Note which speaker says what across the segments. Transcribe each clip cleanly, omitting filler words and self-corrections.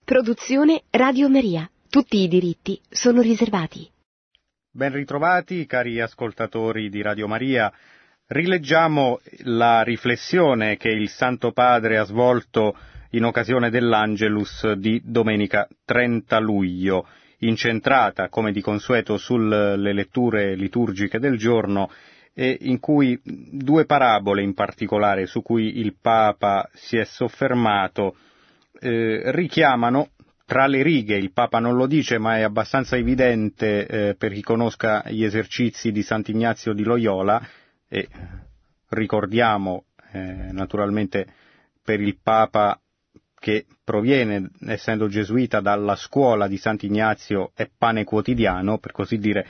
Speaker 1: Produzione Radio Maria. Tutti i diritti sono riservati.
Speaker 2: Ben ritrovati, cari ascoltatori di Radio Maria. Rileggiamo la riflessione che il Santo Padre ha svolto in occasione dell'Angelus di domenica 30 luglio, incentrata, come di consueto, sulle letture liturgiche del giorno, e in cui due parabole in particolare, su cui il Papa si è soffermato, richiamano tra le righe. Il Papa non lo dice, ma è abbastanza evidente per chi conosca gli esercizi di Sant'Ignazio di Loyola, e ricordiamo naturalmente per il Papa che proviene, essendo gesuita, dalla scuola di Sant'Ignazio, è pane quotidiano, per così dire,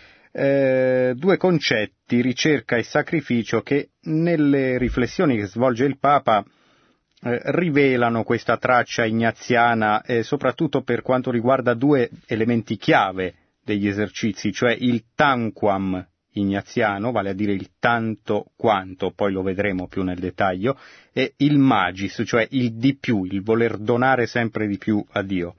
Speaker 2: due concetti, ricerca e sacrificio, che nelle riflessioni che svolge il Papa rivelano questa traccia ignaziana, soprattutto per quanto riguarda due elementi chiave degli esercizi, cioè il tanquam ignaziano, vale a dire il tanto quanto, poi lo vedremo più nel dettaglio, e il magis, cioè il di più, il voler donare sempre di più a Dio.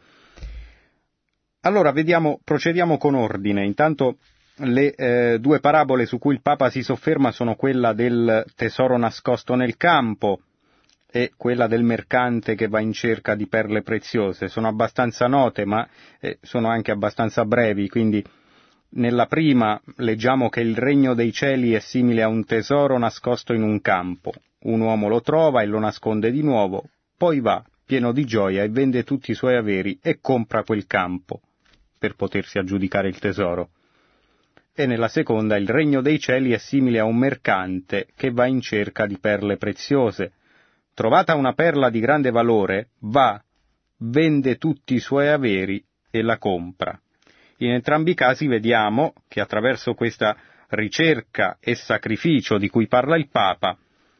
Speaker 2: Allora, procediamo con ordine. Intanto le due parabole su cui il Papa si sofferma sono quella del tesoro nascosto nel campo e quella del mercante che va in cerca di perle preziose. Sono abbastanza note, ma sono anche abbastanza brevi, quindi nella prima leggiamo che il regno dei cieli è simile a un tesoro nascosto in un campo. Un uomo lo trova e lo nasconde di nuovo, poi va, pieno di gioia, e vende tutti i suoi averi e compra quel campo, per potersi aggiudicare il tesoro. E nella seconda, il regno dei cieli è simile a un mercante che va in cerca di perle preziose. Trovata una perla di grande valore, va, vende tutti i suoi averi e la compra. In entrambi i casi vediamo che attraverso questa ricerca e sacrificio di cui parla il Papa,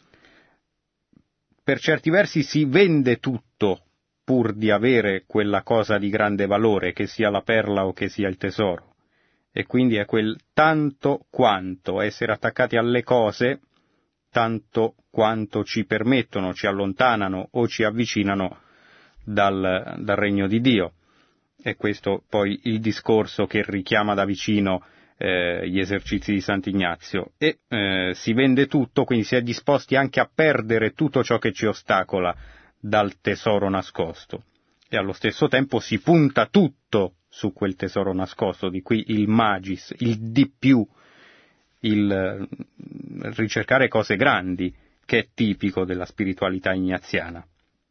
Speaker 2: per certi versi si vende tutto pur di avere quella cosa di grande valore, che sia la perla o che sia il tesoro. E quindi è quel tanto quanto, essere attaccati alle cose, tanto quanto ci permettono, ci allontanano o ci avvicinano dal regno di Dio. E questo poi il discorso che richiama da vicino gli esercizi di Sant'Ignazio. E si vende tutto, quindi si è disposti anche a perdere tutto ciò che ci ostacola dal tesoro nascosto. E allo stesso tempo si punta tutto su quel tesoro nascosto, di qui il magis, il di più, il ricercare cose grandi, che è tipico della spiritualità ignaziana.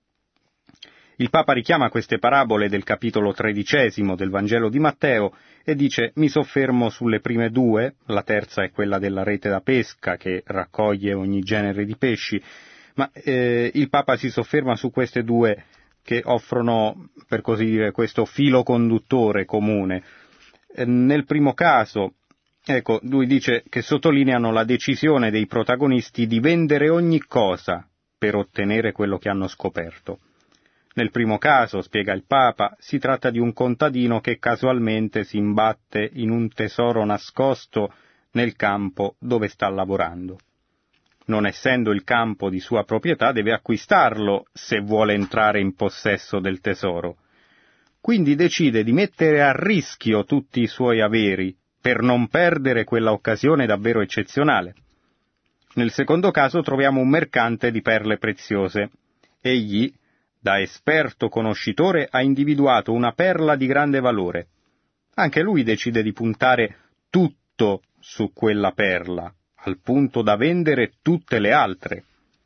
Speaker 2: Il Papa richiama queste parabole del capitolo 13 del Vangelo di Matteo e dice: mi soffermo sulle prime due, la terza è quella della rete da pesca che raccoglie ogni genere di pesci, ma il Papa si sofferma su queste due che offrono, per così dire, questo filo conduttore comune. Nel primo caso, ecco, lui dice che sottolineano la decisione dei protagonisti di vendere ogni cosa per ottenere quello che hanno scoperto. Nel primo caso, spiega il Papa, si tratta di un contadino che casualmente si imbatte in un tesoro nascosto nel campo dove sta lavorando. Non essendo il campo di sua proprietà, deve acquistarlo se vuole entrare in possesso del tesoro. Quindi decide di mettere a rischio tutti i suoi averi per non perdere quella occasione davvero eccezionale. Nel secondo caso troviamo un mercante di perle preziose. Egli, da esperto conoscitore, ha individuato una perla di grande valore. Anche lui decide di puntare tutto su quella perla, al punto da vendere tutte le altre.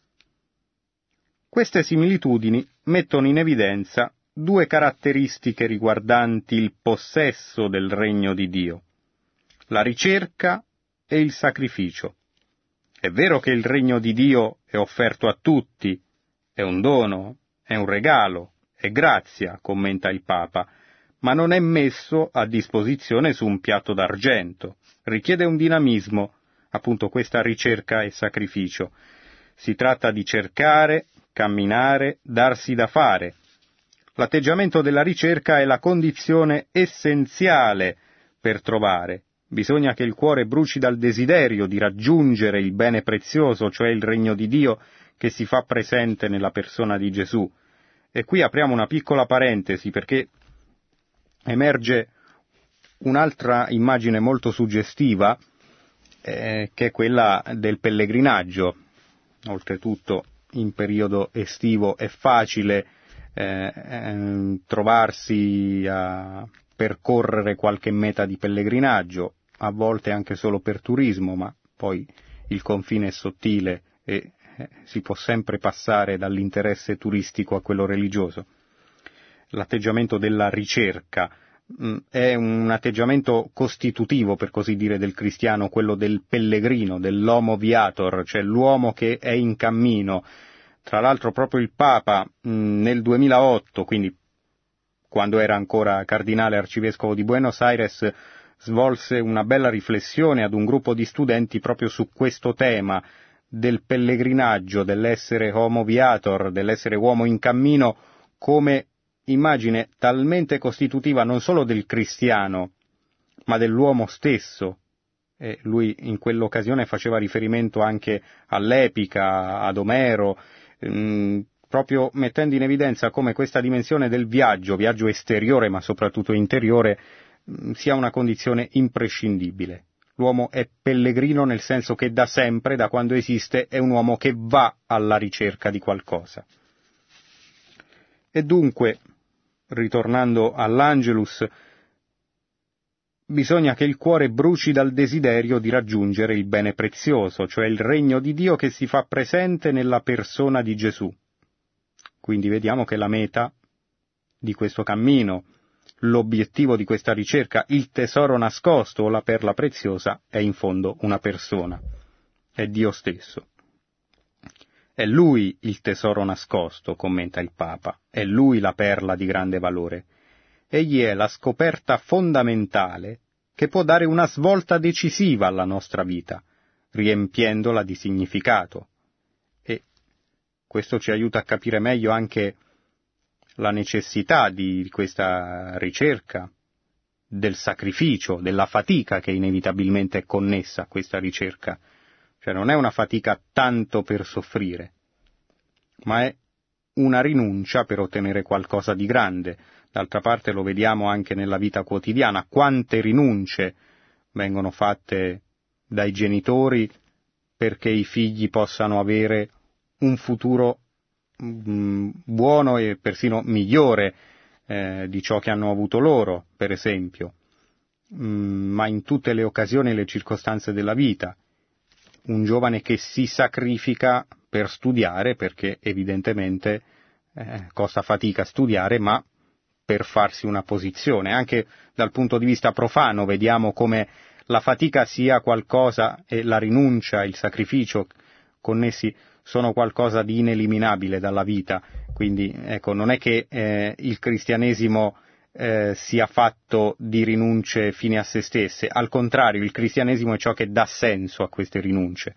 Speaker 2: Queste similitudini mettono in evidenza due caratteristiche riguardanti il possesso del regno di Dio: la ricerca e il sacrificio. È vero che il regno di Dio è offerto a tutti, è un dono, è un regalo, è grazia, commenta il Papa, ma non è messo a disposizione su un piatto d'argento. Richiede un dinamismo, appunto questa ricerca e sacrificio. Si tratta di cercare, camminare, darsi da fare. L'atteggiamento della ricerca è la condizione essenziale per trovare. Bisogna che il cuore bruci dal desiderio di raggiungere il bene prezioso, cioè il regno di Dio, che si fa presente nella persona di Gesù. E qui apriamo una piccola parentesi perché emerge un'altra immagine molto suggestiva, che è quella del pellegrinaggio. Oltretutto in periodo estivo è facile trovarsi a percorrere qualche meta di pellegrinaggio, a volte anche solo per turismo, ma poi il confine è sottile e si può sempre passare dall'interesse turistico a quello religioso. L'atteggiamento della ricerca è un atteggiamento costitutivo, per così dire, del cristiano, quello del pellegrino, dell'homo viator, cioè l'uomo che è in cammino. Tra l'altro proprio il Papa nel 2008, quindi quando era ancora cardinale arcivescovo di Buenos Aires, svolse una bella riflessione ad un gruppo di studenti proprio su questo tema del pellegrinaggio, dell'essere homo viator, dell'essere uomo in cammino, come immagine talmente costitutiva non solo del cristiano, ma dell'uomo stesso. E lui in quell'occasione faceva riferimento anche all'epica, ad Omero, proprio mettendo in evidenza come questa dimensione del viaggio esteriore ma soprattutto interiore, sia una condizione imprescindibile. L'uomo è pellegrino nel senso che da sempre, da quando esiste, è un uomo che va alla ricerca di qualcosa. E dunque, ritornando all'Angelus, bisogna che il cuore bruci dal desiderio di raggiungere il bene prezioso, cioè il regno di Dio che si fa presente nella persona di Gesù. Quindi vediamo che la meta di questo cammino, l'obiettivo di questa ricerca, il tesoro nascosto o la perla preziosa, è in fondo una persona, è Dio stesso. È Lui il tesoro nascosto, commenta il Papa, è Lui la perla di grande valore. Egli è la scoperta fondamentale che può dare una svolta decisiva alla nostra vita, riempiendola di significato. E questo ci aiuta a capire meglio anche la necessità di questa ricerca, del sacrificio, della fatica che inevitabilmente è connessa a questa ricerca. Cioè non è una fatica tanto per soffrire, ma è una rinuncia per ottenere qualcosa di grande. D'altra parte lo vediamo anche nella vita quotidiana, quante rinunce vengono fatte dai genitori perché i figli possano avere un futuro buono e persino migliore di ciò che hanno avuto loro, per esempio, ma in tutte le occasioni e le circostanze della vita. Un giovane che si sacrifica per studiare, perché evidentemente costa fatica studiare, ma per farsi una posizione. Anche dal punto di vista profano vediamo come la fatica sia qualcosa e la rinuncia, il sacrificio connessi sono qualcosa di ineliminabile dalla vita. Quindi ecco, non è che il cristianesimo sia fatto di rinunce fine a se stesse, al contrario, il cristianesimo è ciò che dà senso a queste rinunce.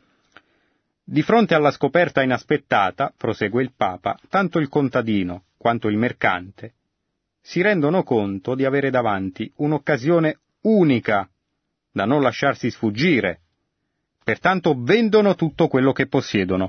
Speaker 2: Di fronte alla scoperta inaspettata, prosegue il Papa, tanto il contadino quanto il mercante si rendono conto di avere davanti un'occasione unica da non lasciarsi sfuggire, pertanto vendono tutto quello che possiedono.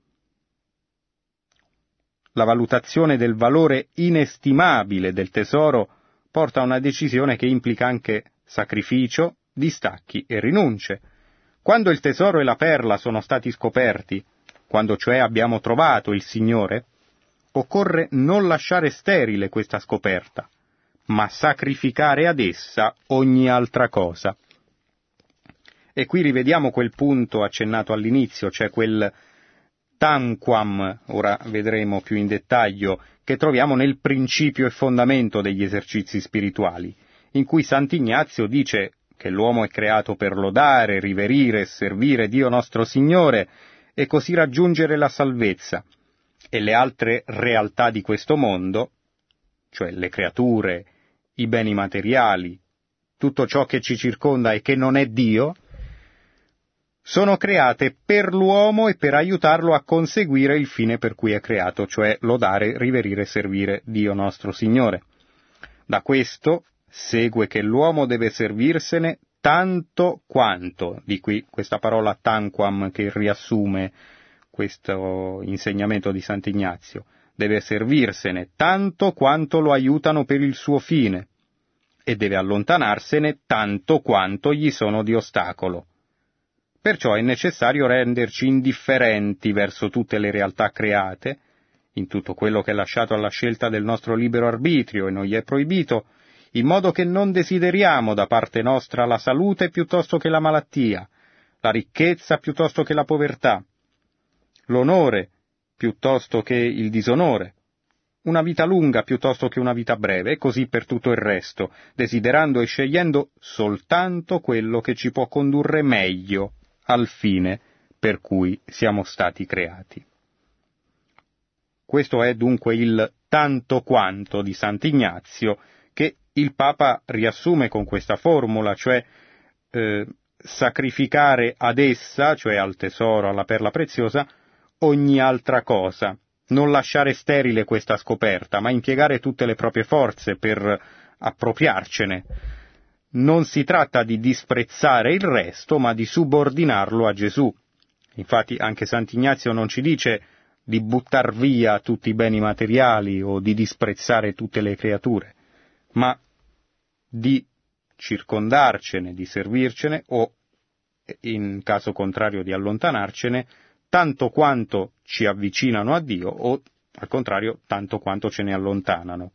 Speaker 2: La valutazione del valore inestimabile del tesoro porta a una decisione che implica anche sacrificio, distacchi e rinunce. Quando il tesoro e la perla sono stati scoperti, quando cioè abbiamo trovato il Signore, occorre non lasciare sterile questa scoperta, ma sacrificare ad essa ogni altra cosa. E qui rivediamo quel punto accennato all'inizio, cioè quel tanquam, ora vedremo più in dettaglio, che troviamo nel principio e fondamento degli esercizi spirituali, in cui Sant'Ignazio dice che l'uomo è creato per lodare, riverire e servire Dio nostro Signore e così raggiungere la salvezza, e le altre realtà di questo mondo, cioè le creature, i beni materiali, tutto ciò che ci circonda e che non è Dio, sono create per l'uomo e per aiutarlo a conseguire il fine per cui è creato, cioè lodare, riverire e servire Dio nostro Signore. Da questo segue che l'uomo deve servirsene tanto quanto, di qui questa parola tanquam che riassume questo insegnamento di Sant'Ignazio, deve servirsene tanto quanto lo aiutano per il suo fine, e deve allontanarsene tanto quanto gli sono di ostacolo. Perciò è necessario renderci indifferenti verso tutte le realtà create, in tutto quello che è lasciato alla scelta del nostro libero arbitrio e non gli è proibito, in modo che non desideriamo da parte nostra la salute piuttosto che la malattia, la ricchezza piuttosto che la povertà, l'onore piuttosto che il disonore, una vita lunga piuttosto che una vita breve, e così per tutto il resto, desiderando e scegliendo soltanto quello che ci può condurre meglio al fine per cui siamo stati creati. Questo è dunque il tanto quanto di Sant'Ignazio, che il Papa riassume con questa formula, cioè sacrificare ad essa, cioè al tesoro, alla perla preziosa, ogni altra cosa, non lasciare sterile questa scoperta, ma impiegare tutte le proprie forze per appropriarcene. Non si tratta di disprezzare il resto, ma di subordinarlo a Gesù. Infatti anche Sant'Ignazio non ci dice di buttar via tutti i beni materiali o di disprezzare tutte le creature, ma di circondarcene, di servircene o, in caso contrario, di allontanarcene, tanto quanto ci avvicinano a Dio o, al contrario, tanto quanto ce ne allontanano.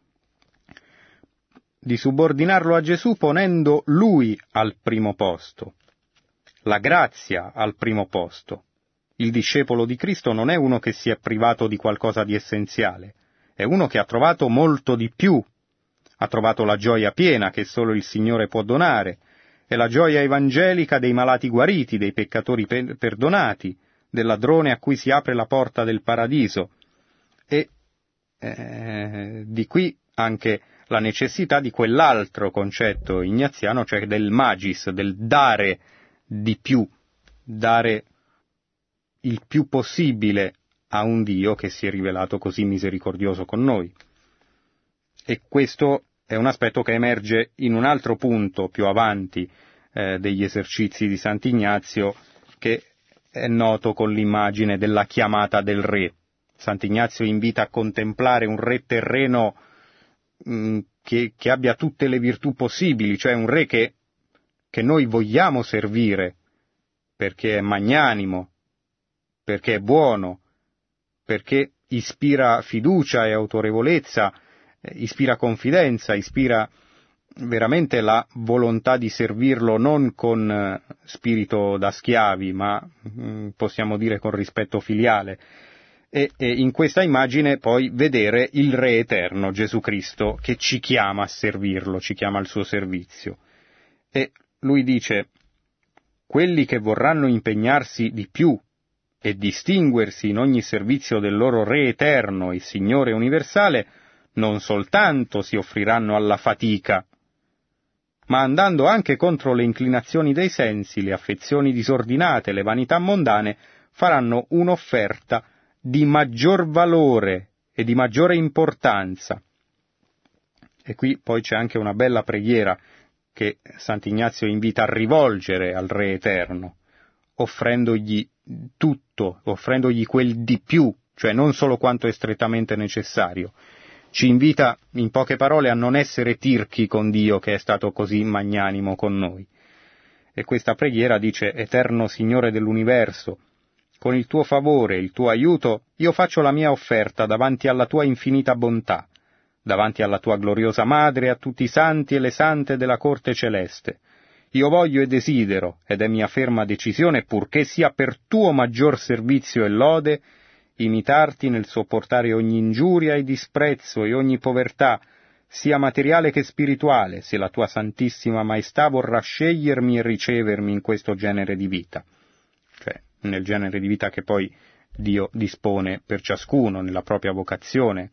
Speaker 2: Di subordinarlo a Gesù ponendo Lui al primo posto, la grazia al primo posto. Il discepolo di Cristo non è uno che si è privato di qualcosa di essenziale, è uno che ha trovato molto di più, ha trovato la gioia piena che solo il Signore può donare, è la gioia evangelica dei malati guariti, dei peccatori perdonati, del ladrone a cui si apre la porta del paradiso, e di qui anche la necessità di quell'altro concetto ignaziano, cioè del magis, del dare di più, dare il più possibile a un Dio che si è rivelato così misericordioso con noi. E questo è un aspetto che emerge in un altro punto più avanti degli esercizi di Sant'Ignazio, che è noto con l'immagine della chiamata del re. Sant'Ignazio invita a contemplare un re terreno che abbia tutte le virtù possibili, cioè un re che noi vogliamo servire, perché è magnanimo, perché è buono, perché ispira fiducia e autorevolezza, ispira confidenza, ispira veramente la volontà di servirlo non con spirito da schiavi, ma possiamo dire con rispetto filiale. E in questa immagine poi vedere il Re eterno, Gesù Cristo, che ci chiama a servirlo, ci chiama al suo servizio. E lui dice: quelli che vorranno impegnarsi di più e distinguersi in ogni servizio del loro Re eterno e Signore universale, non soltanto si offriranno alla fatica, ma andando anche contro le inclinazioni dei sensi, le affezioni disordinate, le vanità mondane, faranno un'offerta di maggior valore e di maggiore importanza. E qui poi c'è anche una bella preghiera che Sant'Ignazio invita a rivolgere al Re eterno, offrendogli tutto, offrendogli quel di più, cioè non solo quanto è strettamente necessario. Ci invita, in poche parole, a non essere tirchi con Dio, che è stato così magnanimo con noi. E questa preghiera dice: Eterno Signore dell'universo, con il tuo favore e il tuo aiuto, io faccio la mia offerta davanti alla tua infinita bontà, davanti alla tua gloriosa Madre e a tutti i santi e le sante della corte celeste. Io voglio e desidero, ed è mia ferma decisione, purché sia per tuo maggior servizio e lode, imitarti nel sopportare ogni ingiuria e disprezzo e ogni povertà, sia materiale che spirituale, se la tua Santissima Maestà vorrà scegliermi e ricevermi in questo genere di vita. Cioè, nel genere di vita che poi Dio dispone per ciascuno, nella propria vocazione,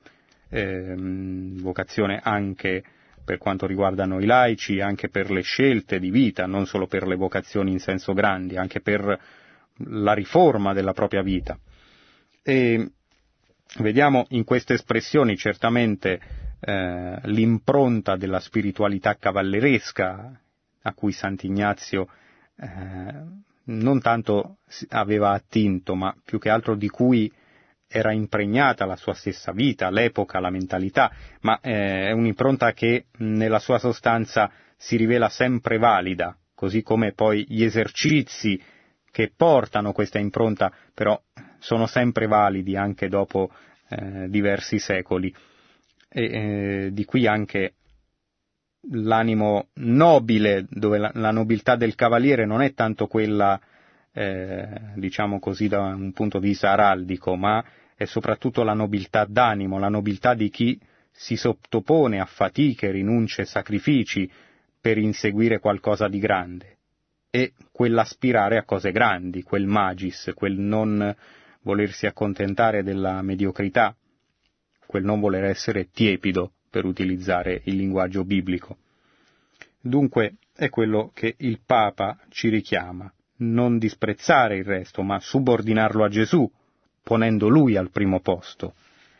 Speaker 2: vocazione anche per quanto riguardano i laici, anche per le scelte di vita, non solo per le vocazioni in senso grande, anche per la riforma della propria vita. E vediamo in queste espressioni certamente l'impronta della spiritualità cavalleresca a cui Sant'Ignazio non tanto aveva attinto, ma più che altro di cui era impregnata la sua stessa vita, l'epoca, la mentalità, ma è un'impronta che nella sua sostanza si rivela sempre valida, così come poi gli esercizi che portano questa impronta però sono sempre validi anche dopo diversi secoli. E di qui anche l'animo nobile, dove la nobiltà del cavaliere non è tanto quella, diciamo così, da un punto di vista araldico, ma è soprattutto la nobiltà d'animo, la nobiltà di chi si sottopone a fatiche, rinunce, sacrifici per inseguire qualcosa di grande, e quell'aspirare a cose grandi, quel magis, quel non volersi accontentare della mediocrità, quel non voler essere tiepido, per utilizzare il linguaggio biblico. Dunque è quello che il Papa ci richiama, non disprezzare il resto, ma subordinarlo a Gesù, ponendo Lui al primo posto.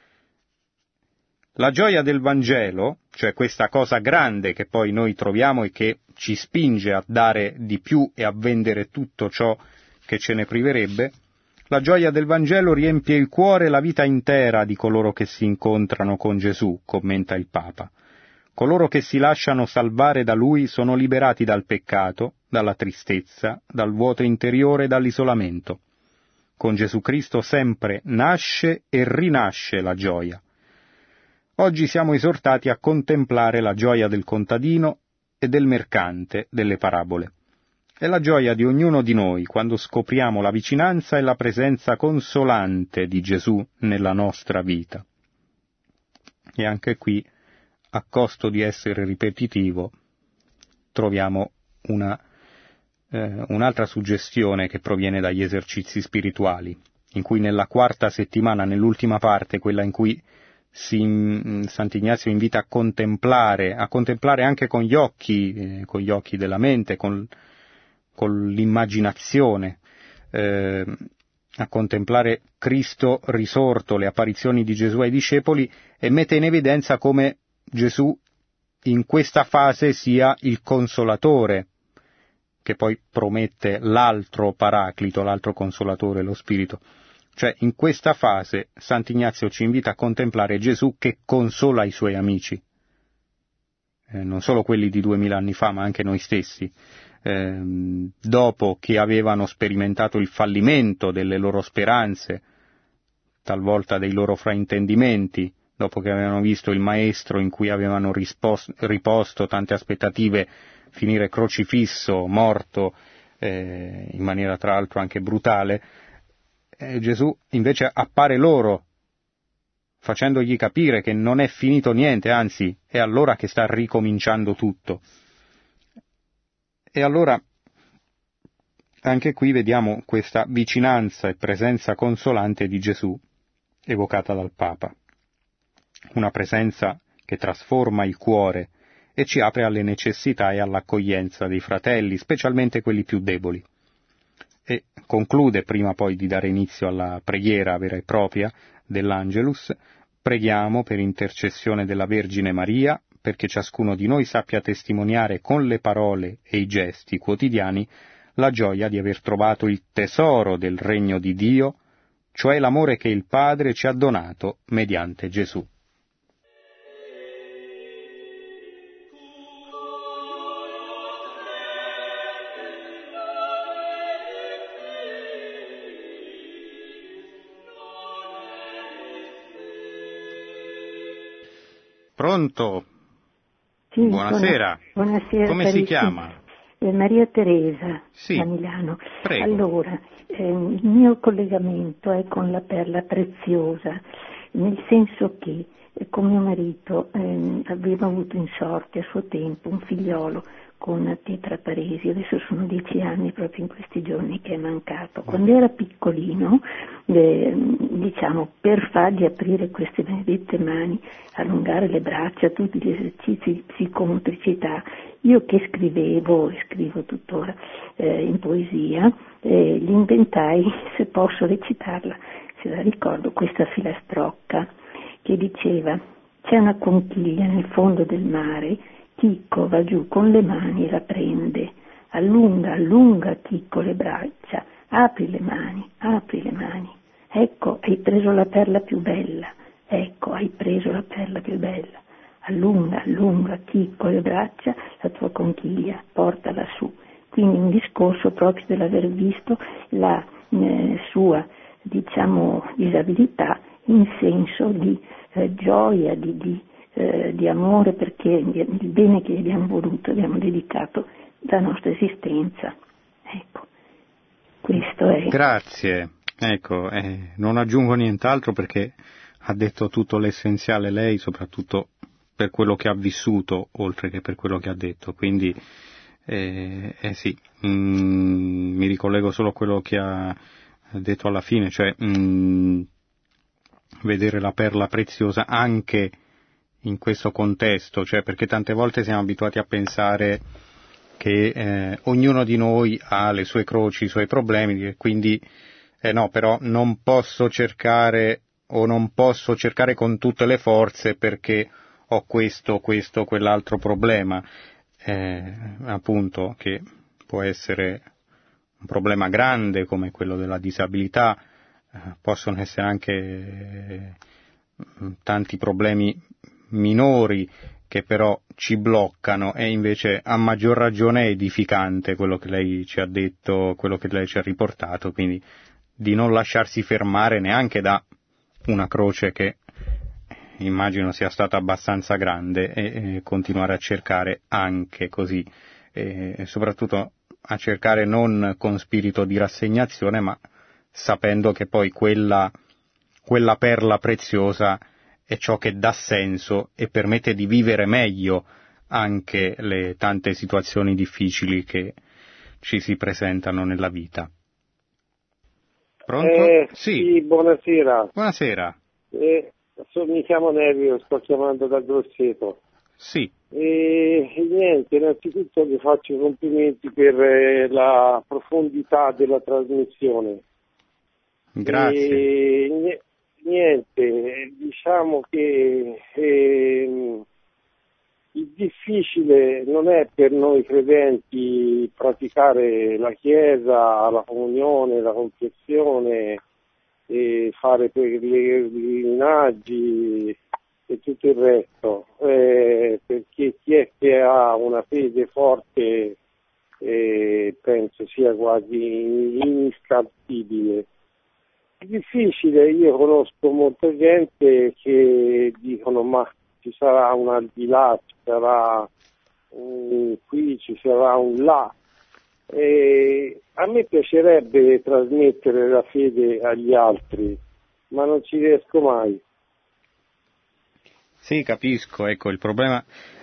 Speaker 2: La gioia del Vangelo, cioè questa cosa grande che poi noi troviamo e che ci spinge a dare di più e a vendere tutto ciò che ce ne priverebbe, la gioia del Vangelo riempie il cuore e la vita intera di coloro che si incontrano con Gesù, commenta il Papa. Coloro che si lasciano salvare da Lui sono liberati dal peccato, dalla tristezza, dal vuoto interiore e dall'isolamento. Con Gesù Cristo sempre nasce e rinasce la gioia. Oggi siamo esortati a contemplare la gioia del contadino e del mercante delle parabole. È la gioia di ognuno di noi quando scopriamo la vicinanza e la presenza consolante di Gesù nella nostra vita. E anche qui, a costo di essere ripetitivo, troviamo un'altra suggestione che proviene dagli esercizi spirituali, in cui nella quarta settimana, nell'ultima parte, quella in cui Sant'Ignazio invita a contemplare anche con gli occhi della mente, con l'immaginazione, a contemplare Cristo risorto, le apparizioni di Gesù ai discepoli, e mette in evidenza come Gesù in questa fase sia il consolatore, che poi promette l'altro paraclito, l'altro consolatore, lo Spirito. Cioè in questa fase Sant'Ignazio ci invita a contemplare Gesù che consola i suoi amici, non solo quelli di 2000 anni fa, ma anche noi stessi. Dopo che avevano sperimentato il fallimento delle loro speranze, talvolta dei loro fraintendimenti, dopo che avevano visto il Maestro in cui avevano riposto tante aspettative finire crocifisso, morto, in maniera tra l'altro anche brutale, Gesù invece appare loro, facendogli capire che non è finito niente, anzi è allora che sta ricominciando tutto. E allora anche qui vediamo questa vicinanza e presenza consolante di Gesù evocata dal Papa, una presenza che trasforma il cuore e ci apre alle necessità e all'accoglienza dei fratelli, specialmente quelli più deboli. E conclude, prima poi di dare inizio alla preghiera vera e propria dell'Angelus: preghiamo per intercessione della Vergine Maria, perché ciascuno di noi sappia testimoniare con le parole e i gesti quotidiani la gioia di aver trovato il tesoro del regno di Dio, cioè l'amore che il Padre ci ha donato mediante Gesù. Pronto?
Speaker 3: Sì,
Speaker 2: buonasera.
Speaker 3: Buonasera.
Speaker 2: Come si chiama?
Speaker 3: Maria Teresa,
Speaker 2: sì,
Speaker 3: da Milano.
Speaker 2: Prego.
Speaker 3: Allora, il mio collegamento è con la perla preziosa, nel senso che con mio marito aveva avuto in sorte a suo tempo un figliolo con tetraparesi, adesso sono 10 anni proprio in questi giorni che è mancato. Quando era piccolino, diciamo, per fargli aprire queste benedette mani, allungare le braccia, tutti gli esercizi di psicomotricità, io che scrivevo e scrivo tuttora in poesia, gli inventai, se posso recitarla, se la ricordo, questa filastrocca che diceva: c'è una conchiglia nel fondo del mare, Chicco va giù con le mani e la prende, allunga, allunga Chicco le braccia, apri le mani, ecco, hai preso la perla più bella, ecco, hai preso la perla più bella, allunga, allunga, chi con le braccia la tua conchiglia, portala su. Quindi un discorso proprio dell'aver visto la sua, diciamo, disabilità in senso di gioia, di amore, perché il bene che gli abbiamo voluto, abbiamo dedicato la nostra esistenza. Ecco, questo è.
Speaker 2: Grazie. Ecco, non aggiungo nient'altro perché ha detto tutto l'essenziale lei, soprattutto per quello che ha vissuto, oltre che per quello che ha detto. Quindi, sì, mi ricollego solo a quello che ha detto alla fine, cioè vedere la perla preziosa anche in questo contesto, cioè perché tante volte siamo abituati a pensare che ognuno di noi ha le sue croci, i suoi problemi, e quindi no, però non posso cercare con tutte le forze perché ho questo, quell'altro problema, appunto, che può essere un problema grande come quello della disabilità, possono essere anche tanti problemi minori che però ci bloccano, e invece a maggior ragione è edificante quello che lei ci ha detto, quello che lei ci ha riportato, quindi di non lasciarsi fermare neanche da una croce che immagino sia stata abbastanza grande, e continuare a cercare anche così, e soprattutto a cercare non con spirito di rassegnazione, ma sapendo che poi quella perla preziosa è ciò che dà senso e permette di vivere meglio anche le tante situazioni difficili che ci si presentano nella vita. Pronto?
Speaker 4: Sì, buonasera.
Speaker 2: Buonasera.
Speaker 4: Mi chiamo Nevio, sto chiamando da Grosseto.
Speaker 2: Sì.
Speaker 4: E niente, innanzitutto vi faccio i complimenti per la profondità della trasmissione.
Speaker 2: Grazie.
Speaker 4: E, niente, diciamo che il difficile non è per noi credenti praticare la Chiesa, la comunione, la confessione, e fare pellegrinaggi e tutto il resto, perché chi è che ha una fede forte penso sia quasi inescappibile. È difficile, io conosco molta gente che dicono ma ci sarà un al di là, ci sarà un qui, ci sarà un là. A me piacerebbe trasmettere la fede agli altri, ma non ci riesco mai.
Speaker 2: Sì, capisco, ecco, il problema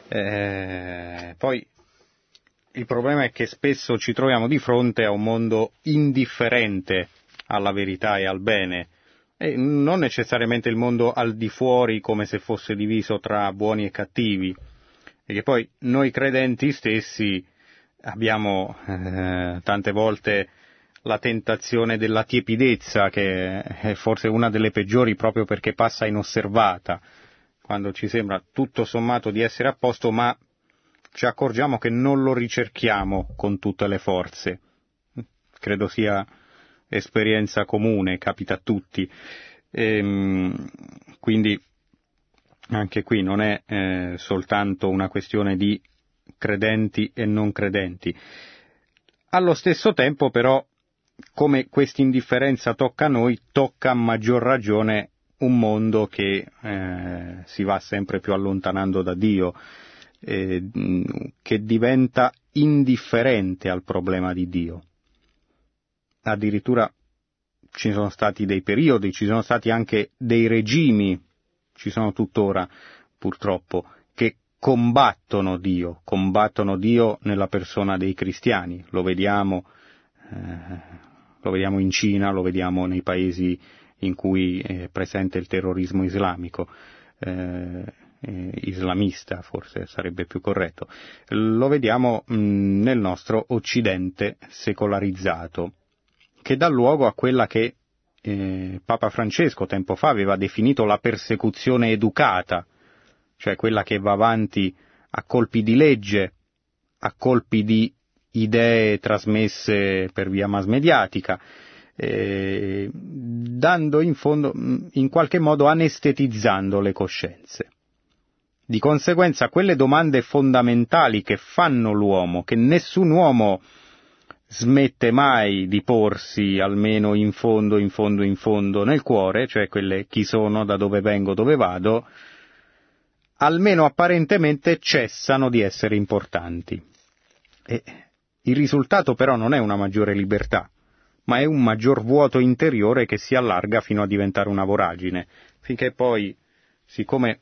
Speaker 2: poi il problema è che spesso ci troviamo di fronte a un mondo indifferente alla verità e al bene, e non necessariamente il mondo al di fuori come se fosse diviso tra buoni e cattivi, e che poi noi credenti stessi abbiamo tante volte la tentazione della tiepidezza, che è forse una delle peggiori proprio perché passa inosservata, quando ci sembra tutto sommato di essere a posto, ma ci accorgiamo che non lo ricerchiamo con tutte le forze. Credo sia esperienza comune, capita a tutti. Quindi anche qui non è soltanto una questione di credenti e non credenti. Allo stesso tempo però, come questa indifferenza tocca a noi, tocca a maggior ragione un mondo che si va sempre più allontanando da Dio, che diventa indifferente al problema di Dio. Addirittura ci sono stati dei periodi, ci sono stati anche dei regimi, ci sono tuttora purtroppo, che combattono Dio nella persona dei cristiani. Lo vediamo in Cina, lo vediamo nei paesi in cui è presente il terrorismo islamico, islamista forse sarebbe più corretto. Lo vediamo nel nostro Occidente secolarizzato, che dà luogo a quella che Papa Francesco tempo fa aveva definito la persecuzione educata, cioè quella che va avanti a colpi di legge, a colpi di idee trasmesse per via mass mediatica, dando in fondo, in qualche modo anestetizzando le coscienze. Di conseguenza quelle domande fondamentali che fanno l'uomo, che nessun uomo smette mai di porsi, almeno in fondo nel cuore, cioè quelle: chi sono, da dove vengo, dove vado, almeno apparentemente cessano di essere importanti. E il risultato però non è una maggiore libertà, ma è un maggior vuoto interiore che si allarga fino a diventare una voragine, finché poi, siccome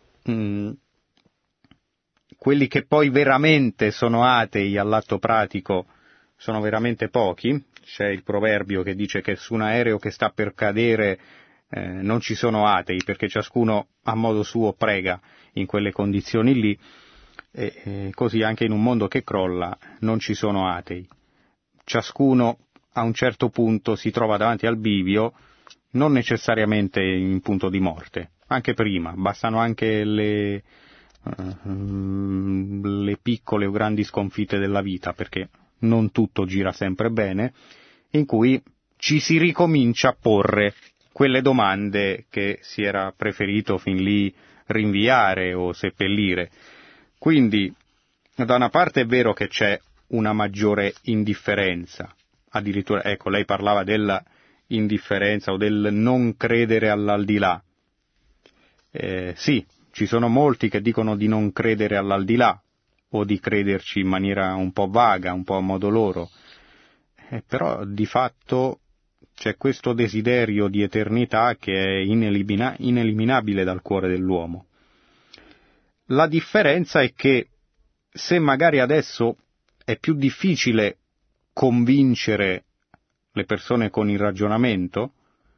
Speaker 2: quelli che poi veramente sono atei all'atto pratico sono veramente pochi, c'è il proverbio che dice che su un aereo che sta per cadere non ci sono atei, perché ciascuno a modo suo prega in quelle condizioni lì, e così anche in un mondo che crolla non ci sono atei. Ciascuno a un certo punto si trova davanti al bivio, non necessariamente in punto di morte, anche prima, bastano anche le piccole o grandi sconfitte della vita, perché non tutto gira sempre bene, in cui ci si ricomincia a porre quelle domande che si era preferito fin lì rinviare o seppellire. Quindi, da una parte è vero che c'è una maggiore indifferenza, addirittura, ecco, lei parlava della indifferenza o del non credere all'aldilà. Sì, ci sono molti che dicono di non credere all'aldilà, o di crederci in maniera un po' vaga, un po' a modo loro, però di fatto c'è questo desiderio di eternità che è ineliminabile dal cuore dell'uomo. La differenza è che se magari adesso è più difficile convincere le persone con il ragionamento,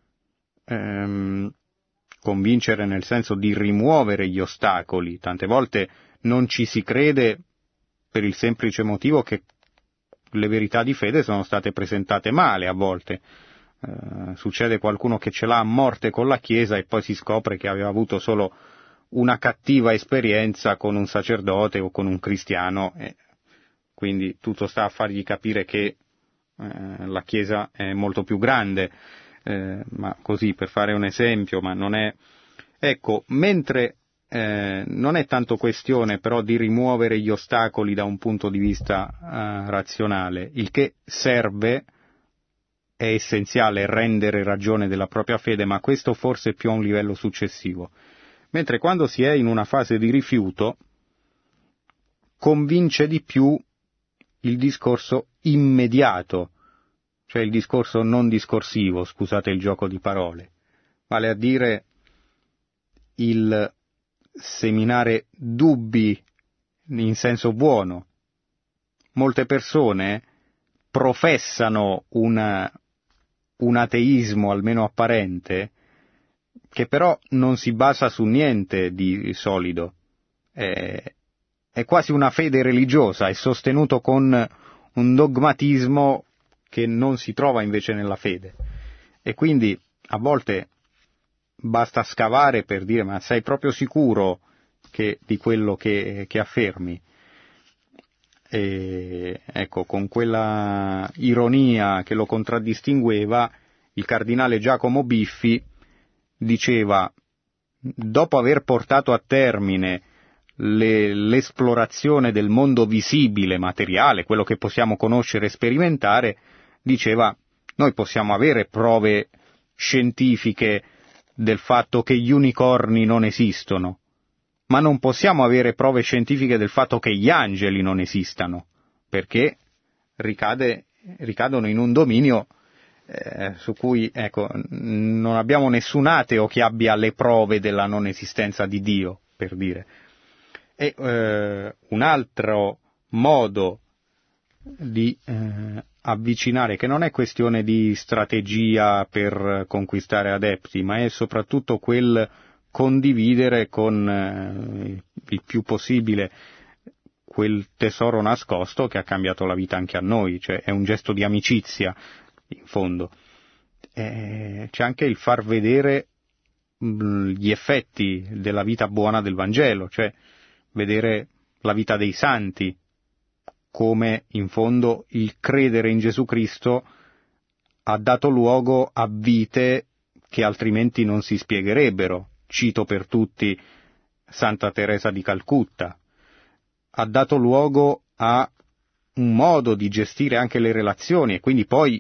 Speaker 2: convincere nel senso di rimuovere gli ostacoli, tante volte non ci si crede per il semplice motivo che le verità di fede sono state presentate male a volte. Succede qualcuno che ce l'ha a morte con la Chiesa e poi si scopre che aveva avuto solo una cattiva esperienza con un sacerdote o con un cristiano, e quindi tutto sta a fargli capire che la Chiesa è molto più grande, ma così per fare un esempio, ma non è... Ecco, mentre non è tanto questione però di rimuovere gli ostacoli da un punto di vista razionale, il che serve, è essenziale rendere ragione della propria fede, ma questo forse più a un livello successivo. Mentre quando si è in una fase di rifiuto, convince di più il discorso immediato, cioè il discorso non discorsivo, scusate il gioco di parole, vale a dire il seminare dubbi in senso buono. Molte persone professano un ateismo almeno apparente, che però non si basa su niente di solido. È quasi una fede religiosa, è sostenuto con un dogmatismo che non si trova invece nella fede. E quindi a volte basta scavare per dire: ma sei proprio sicuro di quello che affermi? E ecco, con quella ironia che lo contraddistingueva, il cardinale Giacomo Biffi diceva: dopo aver portato a termine l'esplorazione del mondo visibile, materiale, quello che possiamo conoscere e sperimentare, diceva: noi possiamo avere prove scientifiche del fatto che gli unicorni non esistono, ma non possiamo avere prove scientifiche del fatto che gli angeli non esistano, perché ricadono in un dominio su cui, ecco, non abbiamo nessun ateo che abbia le prove della non esistenza di Dio, per dire. E un altro modo di avvicinare, che non è questione di strategia per conquistare adepti, ma è soprattutto quel condividere con il più possibile quel tesoro nascosto che ha cambiato la vita anche a noi, cioè è un gesto di amicizia, in fondo. C'è anche il far vedere gli effetti della vita buona del Vangelo, cioè vedere la vita dei santi, come in fondo il credere in Gesù Cristo ha dato luogo a vite che altrimenti non si spiegherebbero. Cito per tutti Santa Teresa di Calcutta. Ha dato luogo a un modo di gestire anche le relazioni e quindi poi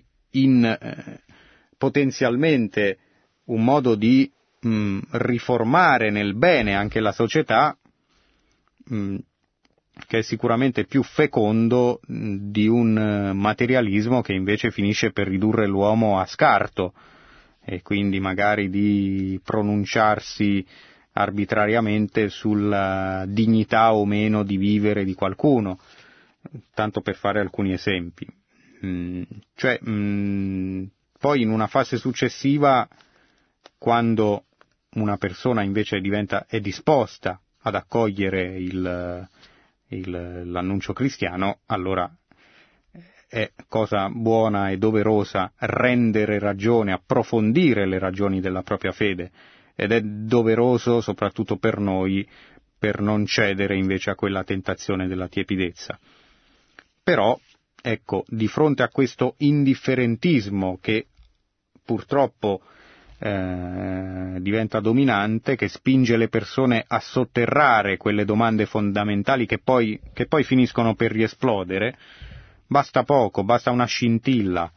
Speaker 2: potenzialmente un modo di riformare nel bene anche la società, che è sicuramente più fecondo di un materialismo che invece finisce per ridurre l'uomo a scarto e quindi magari di pronunciarsi arbitrariamente sulla dignità o meno di vivere di qualcuno, tanto per fare alcuni esempi. Poi in una fase successiva, quando una persona invece è disposta ad accogliere l'annuncio cristiano, allora è cosa buona e doverosa rendere ragione, approfondire le ragioni della propria fede, ed è doveroso soprattutto per noi per non cedere invece a quella tentazione della tiepidezza. Però, ecco, di fronte a questo indifferentismo che purtroppo diventa dominante, che spinge le persone a sotterrare quelle domande fondamentali che poi finiscono per riesplodere, basta poco, basta una scintilla.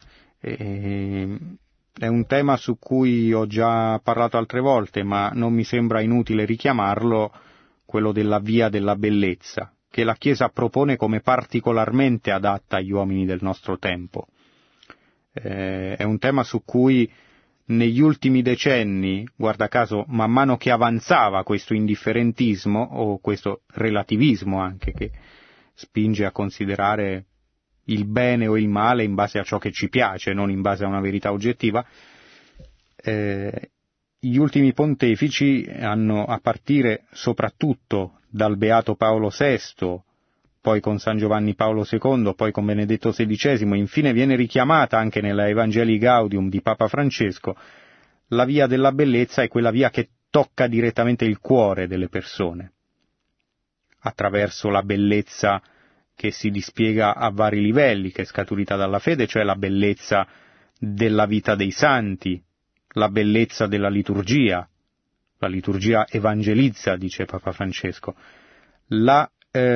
Speaker 2: È un tema su cui ho già parlato altre volte, ma non mi sembra inutile richiamarlo, quello della via della bellezza, che la Chiesa propone come particolarmente adatta agli uomini del nostro tempo. È un tema su cui negli ultimi decenni, guarda caso, man mano che avanzava questo indifferentismo o questo relativismo anche, che spinge a considerare il bene o il male in base a ciò che ci piace, non in base a una verità oggettiva, gli ultimi pontefici hanno, a partire soprattutto dal Beato Paolo VI, poi con San Giovanni Paolo II, poi con Benedetto XVI, e infine viene richiamata anche nella Evangelii Gaudium di Papa Francesco, la via della bellezza è quella via che tocca direttamente il cuore delle persone, attraverso la bellezza che si dispiega a vari livelli, che è scaturita dalla fede, cioè la bellezza della vita dei santi, la bellezza della liturgia. La liturgia evangelizza, dice Papa Francesco, la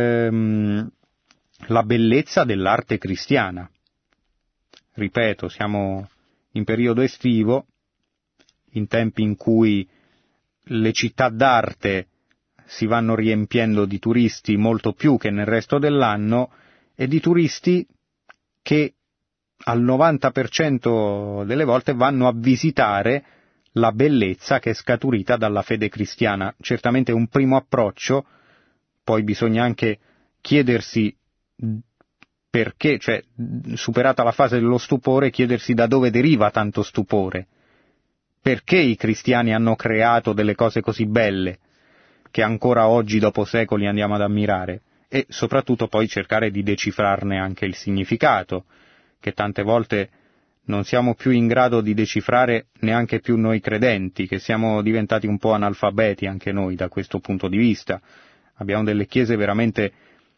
Speaker 2: bellezza dell'arte cristiana. Ripeto, siamo in periodo estivo, in tempi in cui le città d'arte si vanno riempiendo di turisti molto più che nel resto dell'anno, e di turisti che al 90% delle volte vanno a visitare la bellezza che è scaturita dalla fede cristiana. Certamente un primo approccio, poi bisogna anche chiedersi perché, cioè superata la fase dello stupore, chiedersi da dove deriva tanto stupore. Perché i cristiani hanno creato delle cose così belle che ancora oggi, dopo secoli, andiamo ad ammirare? E soprattutto poi cercare di decifrarne anche il significato, che tante volte non siamo più in grado di decifrare neanche più noi credenti, che siamo diventati un po' analfabeti anche noi da questo punto di vista. Abbiamo delle chiese veramente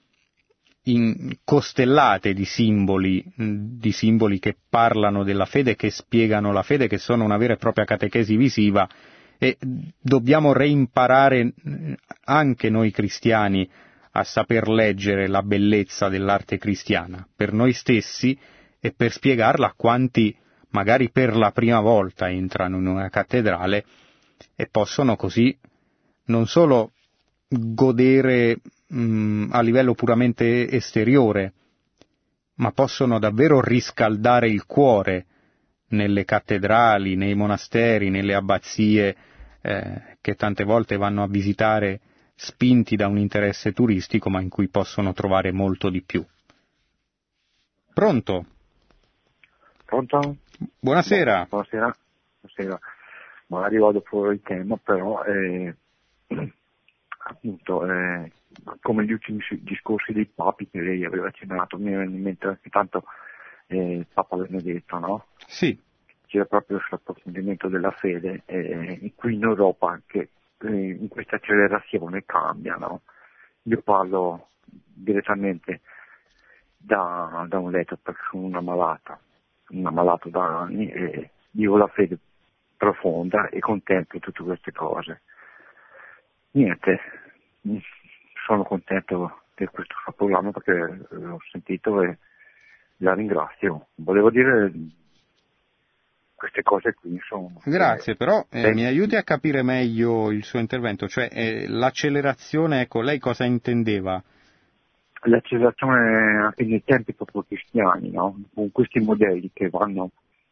Speaker 2: costellate di simboli che parlano della fede, che spiegano la fede, che sono una vera e propria catechesi visiva, e dobbiamo reimparare anche noi cristiani a saper leggere la bellezza dell'arte cristiana per noi stessi e per spiegarla a quanti magari per la prima volta entrano in una cattedrale e possono così non solo godere a livello puramente esteriore, ma possono davvero riscaldare il cuore nelle cattedrali, nei monasteri, nelle abbazie che tante volte vanno a visitare spinti da un interesse turistico, ma in cui possono trovare molto di più. Pronto?
Speaker 5: Pronto?
Speaker 2: Buonasera.
Speaker 5: Buonasera. Magari vado fuori il tema, però appunto come gli ultimi discorsi dei papi che lei aveva accennato, mi viene in mente anche tanto il Papa Benedetto, no?
Speaker 2: Sì.
Speaker 5: C'era proprio questo approfondimento della fede, qui in Europa anche in questa accelerazione cambia, no? Io parlo direttamente da un letto perché sono una malata, ammalato da anni e vivo la fede profonda e contemplo tutte queste cose. Niente, sono contento di questo suo programma perché l'ho sentito e la ringrazio. Volevo dire queste cose qui, insomma.
Speaker 2: Grazie, però mi aiuti a capire meglio il suo intervento, cioè l'accelerazione, ecco, lei cosa intendeva?
Speaker 5: L'accelerazione anche nei tempi proprio cristiani, no? Con questi modelli che vanno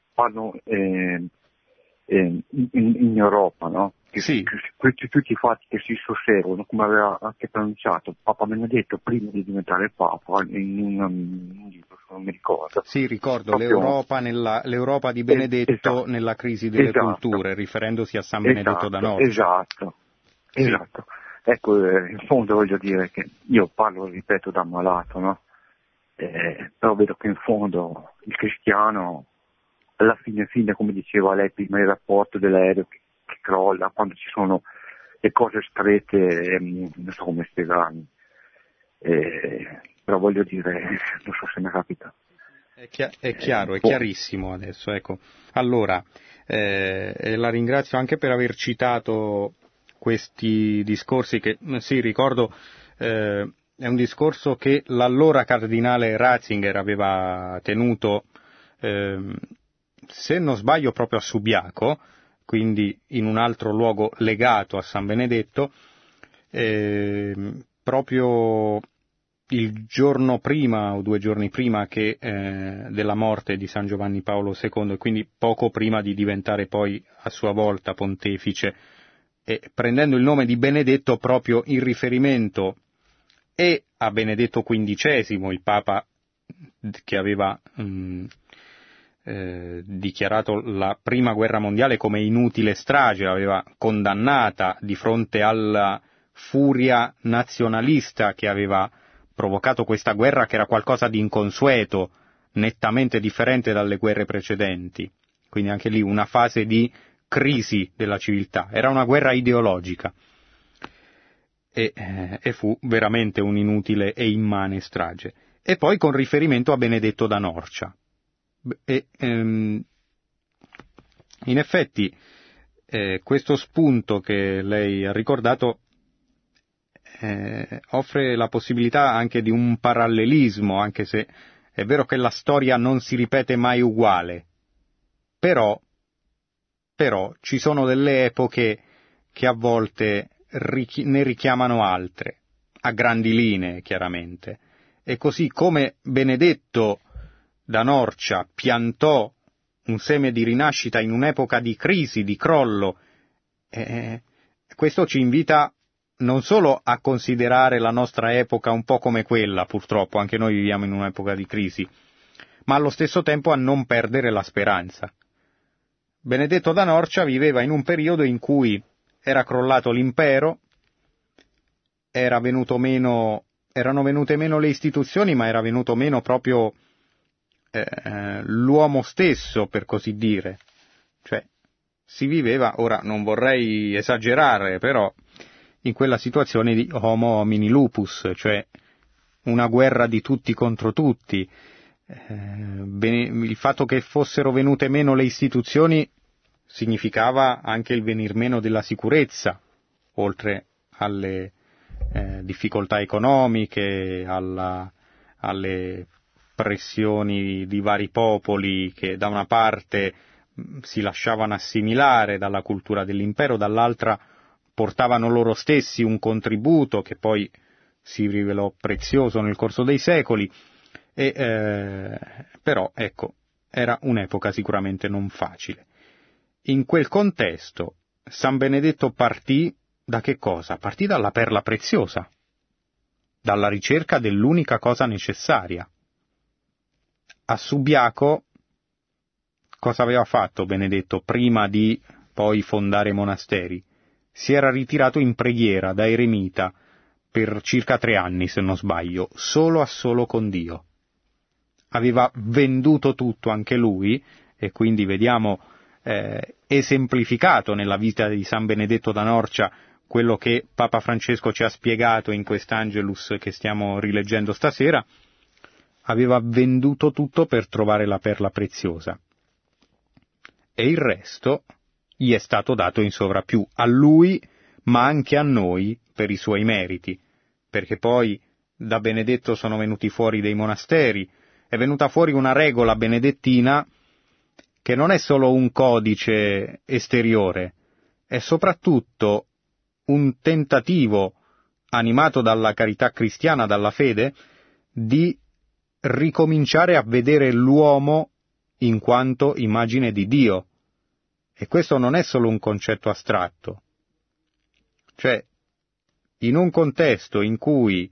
Speaker 5: in Europa, no?
Speaker 2: Sì.
Speaker 5: Tutti i fatti che si susseguono, come aveva anche pronunciato Papa Benedetto prima di diventare Papa, in un libro, non mi ricordo.
Speaker 2: Sì, ricordo,
Speaker 5: proprio...
Speaker 2: l'Europa di Benedetto
Speaker 5: esatto.
Speaker 2: nella crisi delle culture, riferendosi a San Benedetto da Norcia.
Speaker 5: Esatto. Ecco, in fondo voglio dire che io parlo, ripeto, da malato, no? Però vedo che in fondo il cristiano, alla fine, come diceva lei prima, il rapporto dell'aereo che crolla, quando ci sono le cose strette, non so come spiegarmi, però voglio dire, non so se mi capita.
Speaker 2: È chiaro, è chiarissimo adesso, ecco. Allora, la ringrazio anche per aver citato questi discorsi che, sì, ricordo, è un discorso che l'allora cardinale Ratzinger aveva tenuto, se non sbaglio, proprio a Subiaco, quindi in un altro luogo legato a San Benedetto, proprio il giorno prima o 2 giorni prima della morte di San Giovanni Paolo II, e quindi poco prima di diventare poi a sua volta pontefice, e prendendo il nome di Benedetto proprio in riferimento e a Benedetto XV, il Papa che aveva dichiarato la prima guerra mondiale come inutile strage, l'aveva condannata di fronte alla furia nazionalista che aveva provocato questa guerra, che era qualcosa di inconsueto, nettamente differente dalle guerre precedenti. Quindi anche lì una fase di crisi della civiltà, era una guerra ideologica e fu veramente un'inutile e immane strage. E poi con riferimento a Benedetto da Norcia. In effetti questo spunto che lei ha ricordato offre la possibilità anche di un parallelismo, anche se è vero che la storia non si ripete mai uguale, però ci sono delle epoche che a volte ne richiamano altre, a grandi linee chiaramente, e così come Benedetto da Norcia piantò un seme di rinascita in un'epoca di crisi, di crollo, questo ci invita non solo a considerare la nostra epoca un po' come quella, purtroppo, anche noi viviamo in un'epoca di crisi, ma allo stesso tempo a non perdere la speranza. Benedetto da Norcia viveva in un periodo in cui era crollato l'impero, erano venute meno le istituzioni, ma era venuto meno proprio l'uomo stesso, per così dire. Cioè, si viveva, ora non vorrei esagerare, però in quella situazione di homo homini lupus, cioè una guerra di tutti contro tutti. Il fatto che fossero venute meno le istituzioni significava anche il venir meno della sicurezza, oltre alle difficoltà economiche, alle pressioni di vari popoli che da una parte si lasciavano assimilare dalla cultura dell'impero, dall'altra portavano loro stessi un contributo che poi si rivelò prezioso nel corso dei secoli, però ecco, era un'epoca sicuramente non facile. In quel contesto San Benedetto partì da che cosa? Partì dalla perla preziosa, dalla ricerca dell'unica cosa necessaria. A Subiaco cosa aveva fatto Benedetto prima di poi fondare i monasteri? Si era ritirato in preghiera da eremita per circa 3 anni, se non sbaglio, solo a solo con Dio. Aveva venduto tutto anche lui, e quindi vediamo esemplificato nella vita di San Benedetto da Norcia quello che Papa Francesco ci ha spiegato in quest'Angelus che stiamo rileggendo stasera. aveva venduto tutto per trovare la perla preziosa. E il resto gli è stato dato in sovrappiù, a lui, ma anche a noi per i suoi meriti, perché poi da Benedetto sono venuti fuori dei monasteri, è venuta fuori una regola benedettina che non è solo un codice esteriore, è soprattutto un tentativo, animato dalla carità cristiana, dalla fede, di ricominciare a vedere l'uomo in quanto immagine di Dio. E questo non è solo un concetto astratto. Cioè, in un contesto in cui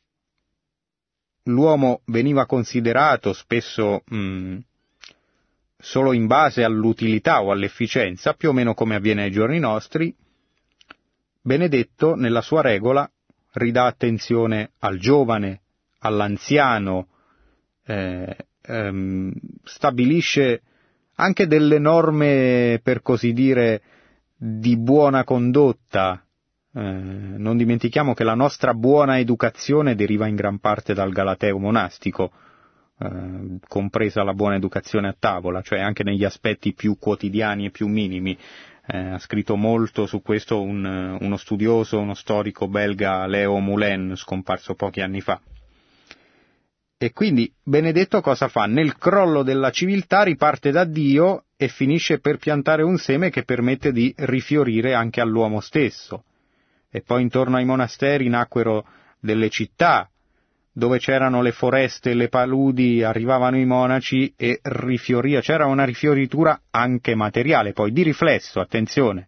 Speaker 2: l'uomo veniva considerato spesso solo in base all'utilità o all'efficienza, più o meno come avviene ai giorni nostri, Benedetto, nella sua regola, ridà attenzione al giovane, all'anziano, stabilisce anche delle norme, per così dire, di buona condotta. Non dimentichiamo che la nostra buona educazione deriva in gran parte dal galateo monastico, compresa la buona educazione a tavola, cioè anche negli aspetti più quotidiani e più minimi. Ha scritto molto su questo uno studioso, uno storico belga, Léo Moulin, scomparso pochi anni fa. E quindi Benedetto cosa fa? Nel crollo della civiltà riparte da Dio e finisce per piantare un seme che permette di rifiorire anche all'uomo stesso. E poi intorno ai monasteri nacquero delle città, dove c'erano le foreste e le paludi, arrivavano i monaci e c'era una rifioritura anche materiale, poi di riflesso, attenzione.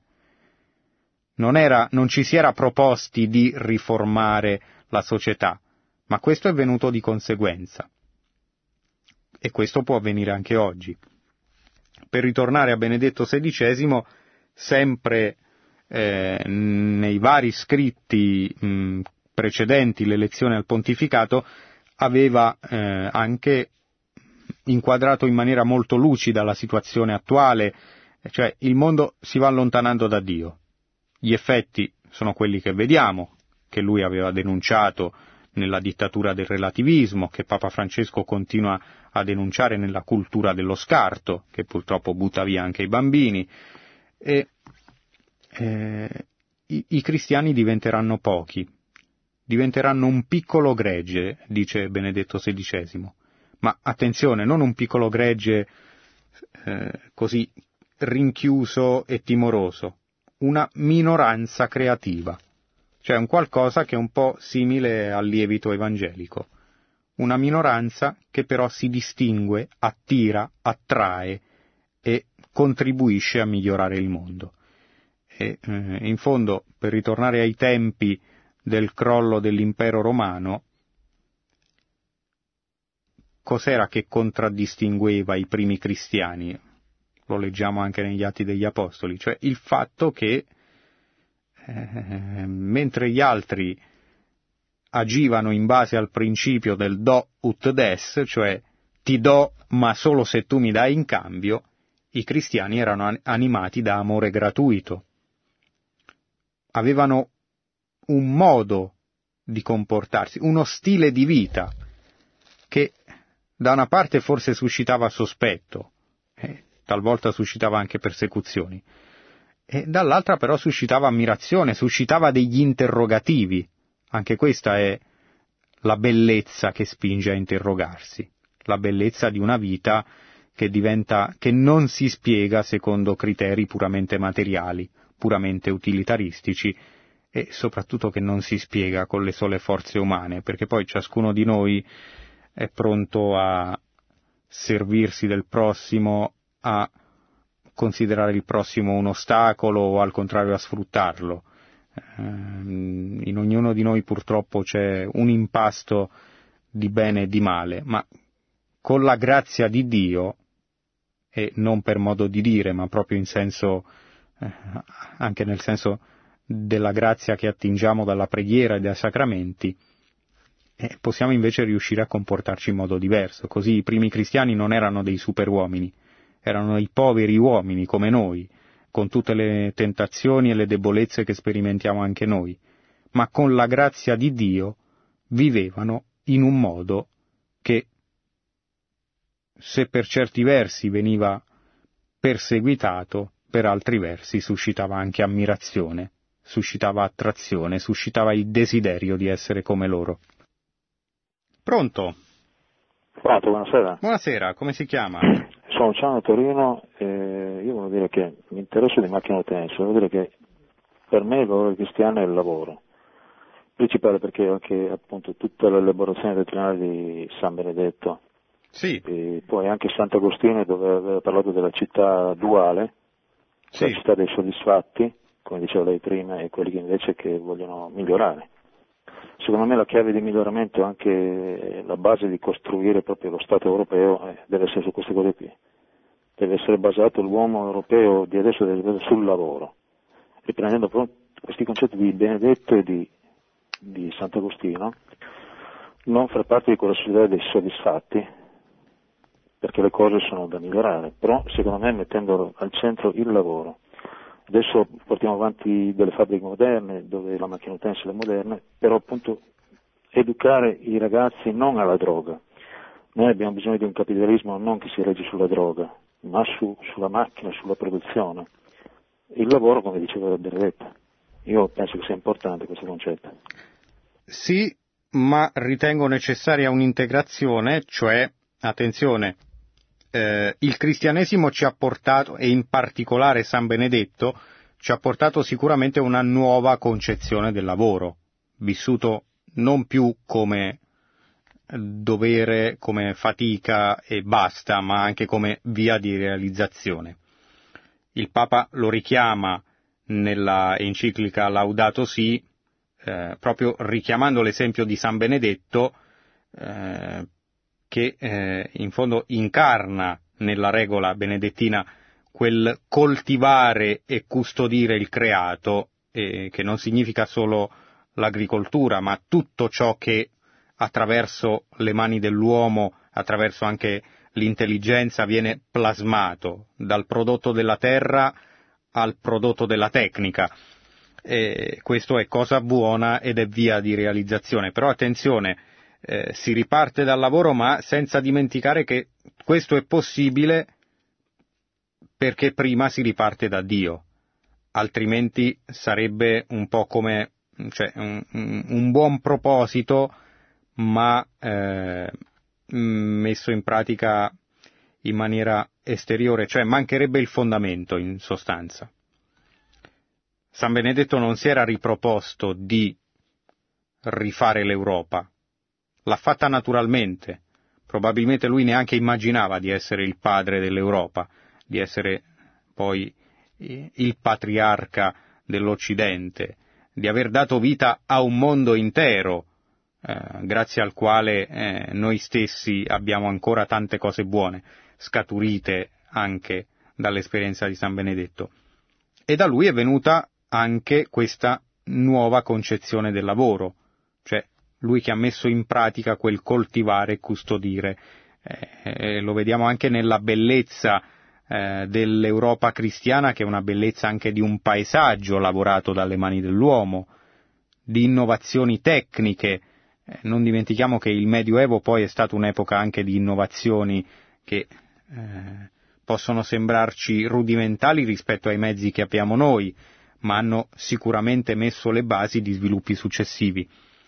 Speaker 2: Non ci si era proposti di riformare la società, ma questo è venuto di conseguenza. E questo può avvenire anche oggi. Per ritornare a Benedetto XVI, sempre nei vari scritti precedenti l'elezione al pontificato, aveva anche inquadrato in maniera molto lucida la situazione attuale, cioè il mondo si va allontanando da Dio. Gli effetti sono quelli che vediamo, che lui aveva denunciato nella dittatura del relativismo, che Papa Francesco continua a denunciare nella cultura dello scarto, che purtroppo butta via anche i bambini, e i cristiani diventeranno pochi, diventeranno un piccolo gregge, dice Benedetto XVI, ma attenzione, non un piccolo gregge così rinchiuso e timoroso, una minoranza creativa, cioè un qualcosa che è un po' simile al lievito evangelico, una minoranza che però si distingue, attira, attrae e contribuisce a migliorare il mondo. E in fondo, per ritornare ai tempi del crollo dell'impero romano, cos'era che contraddistingueva i primi cristiani? Lo leggiamo anche negli Atti degli Apostoli, cioè il fatto che mentre gli altri agivano in base al principio del do ut des, cioè ti do ma solo se tu mi dai in cambio, i cristiani erano animati da amore gratuito. Avevano un modo di comportarsi, uno stile di vita che da una parte forse suscitava sospetto, talvolta suscitava anche persecuzioni, e dall'altra però suscitava ammirazione, suscitava degli interrogativi. Anche questa è la bellezza che spinge a interrogarsi, la bellezza di una vita che non si spiega secondo criteri puramente materiali, puramente utilitaristici, e soprattutto che non si spiega con le sole forze umane, perché poi ciascuno di noi è pronto a servirsi del prossimo, a considerare il prossimo un ostacolo o al contrario a sfruttarlo. In ognuno di noi purtroppo c'è un impasto di bene e di male, ma con la grazia di Dio, e non per modo di dire, ma proprio in senso, anche nel senso della grazia che attingiamo dalla preghiera e dai sacramenti, possiamo invece riuscire a comportarci in modo diverso. Così i primi cristiani non erano dei superuomini, erano dei poveri uomini come noi, con tutte le tentazioni e le debolezze che sperimentiamo anche noi, ma con la grazia di Dio vivevano in un modo che se per certi versi veniva perseguitato, per altri versi suscitava anche ammirazione, suscitava attrazione, suscitava il desiderio di essere come loro. Pronto?
Speaker 6: Pronto, buonasera.
Speaker 2: Buonasera, come si chiama?
Speaker 6: Sono Luciano da Torino e io voglio dire che mi interessa di macchina utenze, voglio dire che per me il valore cristiano è il lavoro, principale perché anche appunto tutta l'elaborazione dottrinale di San Benedetto,
Speaker 2: sì.
Speaker 6: E poi anche Sant'Agostino dove aveva parlato della città duale,
Speaker 2: sì.
Speaker 6: La città dei soddisfatti, come diceva lei prima, e quelli che invece che vogliono migliorare. Secondo me la chiave di miglioramento, anche la base di costruire proprio lo Stato europeo, deve essere su queste cose qui. Deve essere basato l'uomo europeo di adesso deve essere sul lavoro, riprendendo questi concetti di Benedetto e di Sant'Agostino, non far parte di quella società dei soddisfatti, perché le cose sono da migliorare, però secondo me mettendo al centro il lavoro. Adesso portiamo avanti delle fabbriche moderne, dove la macchina utenze è moderna, però appunto educare i ragazzi non alla droga. Noi abbiamo bisogno di un capitalismo non che si regge sulla droga, ma sulla macchina, sulla produzione. Il lavoro, come diceva Benedetto. Io penso che sia importante questo concetto.
Speaker 2: Sì, ma ritengo necessaria un'integrazione, cioè, attenzione, il cristianesimo ci ha portato, e in particolare San Benedetto, ci ha portato sicuramente una nuova concezione del lavoro, vissuto non più come dovere, come fatica e basta, ma anche come via di realizzazione. Il Papa lo richiama nella enciclica Laudato Si, proprio richiamando l'esempio di San Benedetto, che in fondo incarna nella regola benedettina quel coltivare e custodire il creato, che non significa solo l'agricoltura, ma tutto ciò che attraverso le mani dell'uomo, attraverso anche l'intelligenza, viene plasmato dal prodotto della terra al prodotto della tecnica. Questo è cosa buona ed è via di realizzazione. Però attenzione, si riparte dal lavoro, ma senza dimenticare che questo è possibile perché prima si riparte da Dio, altrimenti sarebbe un po' come, cioè, un buon proposito, ma messo in pratica in maniera esteriore, cioè mancherebbe il fondamento in sostanza. San Benedetto non si era riproposto di rifare l'Europa, l'ha fatta naturalmente. Probabilmente lui neanche immaginava di essere il padre dell'Europa, di essere poi il patriarca dell'Occidente, di aver dato vita a un mondo intero, grazie al quale noi stessi abbiamo ancora tante cose buone, scaturite anche dall'esperienza di San Benedetto. E da lui è venuta anche questa nuova concezione del lavoro, cioè lui che ha messo in pratica quel coltivare e custodire. Lo vediamo anche nella bellezza dell'Europa cristiana, che è una bellezza anche di un paesaggio lavorato dalle mani dell'uomo, di innovazioni tecniche. Non dimentichiamo che il Medioevo poi è stata un'epoca anche di innovazioni che possono sembrarci rudimentali rispetto ai mezzi che abbiamo noi, ma hanno sicuramente messo le basi di sviluppi successivi.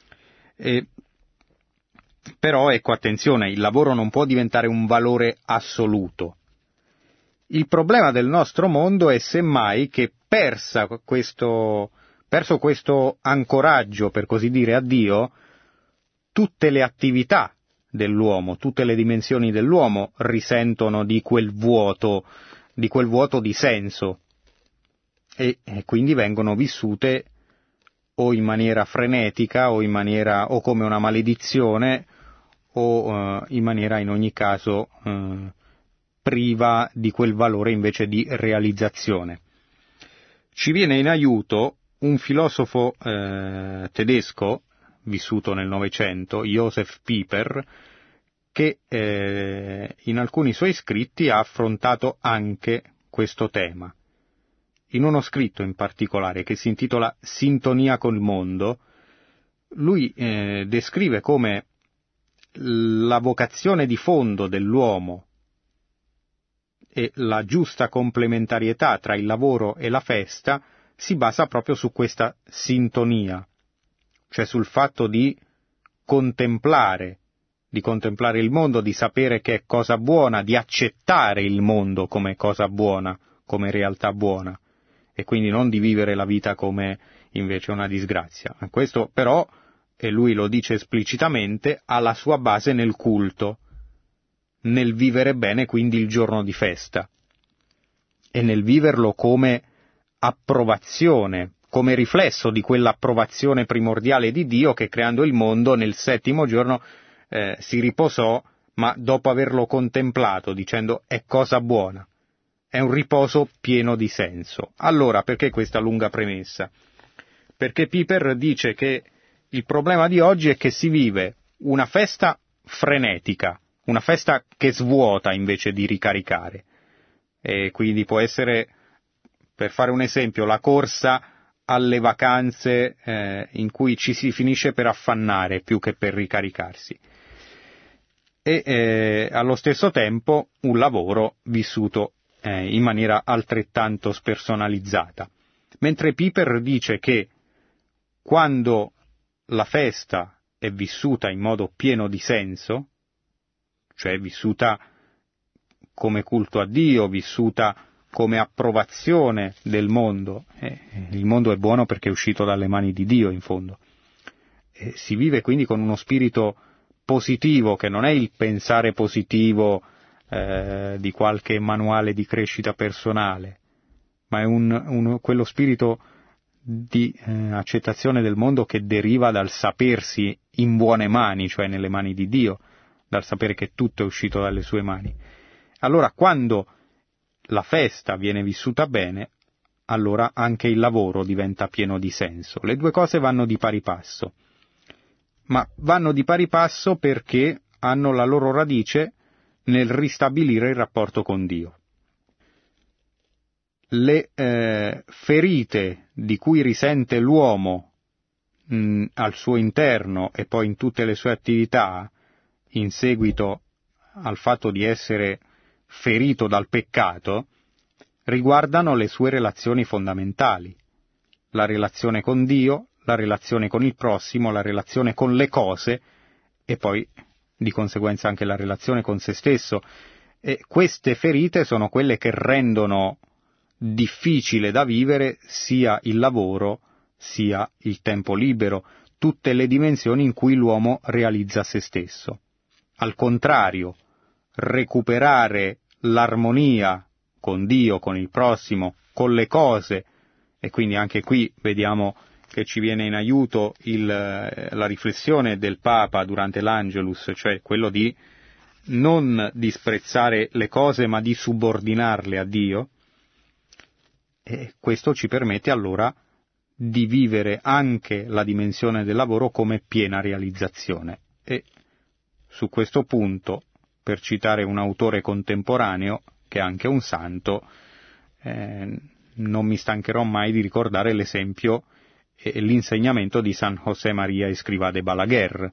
Speaker 2: Però ecco, attenzione, il lavoro non può diventare un valore assoluto. Il problema del nostro mondo è semmai che perso questo ancoraggio, per così dire, a Dio, tutte le attività dell'uomo, tutte le dimensioni dell'uomo risentono di quel vuoto di senso, e quindi vengono vissute o in maniera frenetica o come una maledizione o in maniera in ogni caso priva di quel valore invece di realizzazione. Ci viene in aiuto un filosofo tedesco vissuto nel Novecento, Josef Pieper, che in alcuni suoi scritti ha affrontato anche questo tema. In uno scritto in particolare che si intitola Sintonia col mondo, lui descrive come la vocazione di fondo dell'uomo e la giusta complementarietà tra il lavoro e la festa si basa proprio su questa sintonia, cioè sul fatto di contemplare il mondo, di sapere che è cosa buona, di accettare il mondo come cosa buona, come realtà buona, e quindi non di vivere la vita come invece una disgrazia. Questo però, e lui lo dice esplicitamente, ha la sua base nel culto, nel vivere bene quindi il giorno di festa, e nel viverlo come approvazione, come riflesso di quell'approvazione primordiale di Dio che, creando il mondo, nel settimo giorno si riposò, ma dopo averlo contemplato, dicendo è cosa buona. È un riposo pieno di senso. Allora, perché questa lunga premessa? Perché Piper dice che il problema di oggi è che si vive una festa frenetica, una festa che svuota invece di ricaricare. E quindi può essere, per fare un esempio, la corsa alle vacanze in cui ci si finisce per affannare più che per ricaricarsi. E allo stesso tempo un lavoro vissuto in maniera altrettanto spersonalizzata. Mentre Piper dice che quando la festa è vissuta in modo pieno di senso, cioè vissuta come culto a Dio, vissuta come approvazione del mondo, il mondo è buono perché è uscito dalle mani di Dio in fondo, si vive quindi con uno spirito positivo, che non è il pensare positivo di qualche manuale di crescita personale, ma è quello spirito di accettazione del mondo che deriva dal sapersi in buone mani, cioè nelle mani di Dio, dal sapere che tutto è uscito dalle sue mani. Allora, quando la festa viene vissuta bene, allora anche il lavoro diventa pieno di senso. Le due cose vanno di pari passo, ma vanno di pari passo perché hanno la loro radice nel ristabilire il rapporto con Dio. Le ferite di cui risente l'uomo al suo interno e poi in tutte le sue attività, in seguito al fatto di essere ferito dal peccato, riguardano le sue relazioni fondamentali, la relazione con Dio, la relazione con il prossimo, la relazione con le cose e poi di conseguenza anche la relazione con se stesso. E queste ferite sono quelle che rendono difficile da vivere sia il lavoro sia il tempo libero, tutte le dimensioni in cui l'uomo realizza se stesso. Al contrario, recuperare l'armonia con Dio, con il prossimo, con le cose, e quindi anche qui vediamo che ci viene in aiuto la riflessione del Papa durante l'Angelus, cioè quello di non disprezzare le cose ma di subordinarle a Dio, e questo ci permette allora di vivere anche la dimensione del lavoro come piena realizzazione. E su questo punto, per citare un autore contemporaneo, che è anche un santo, non mi stancherò mai di ricordare l'esempio e l'insegnamento di San José María Escrivá de Balaguer,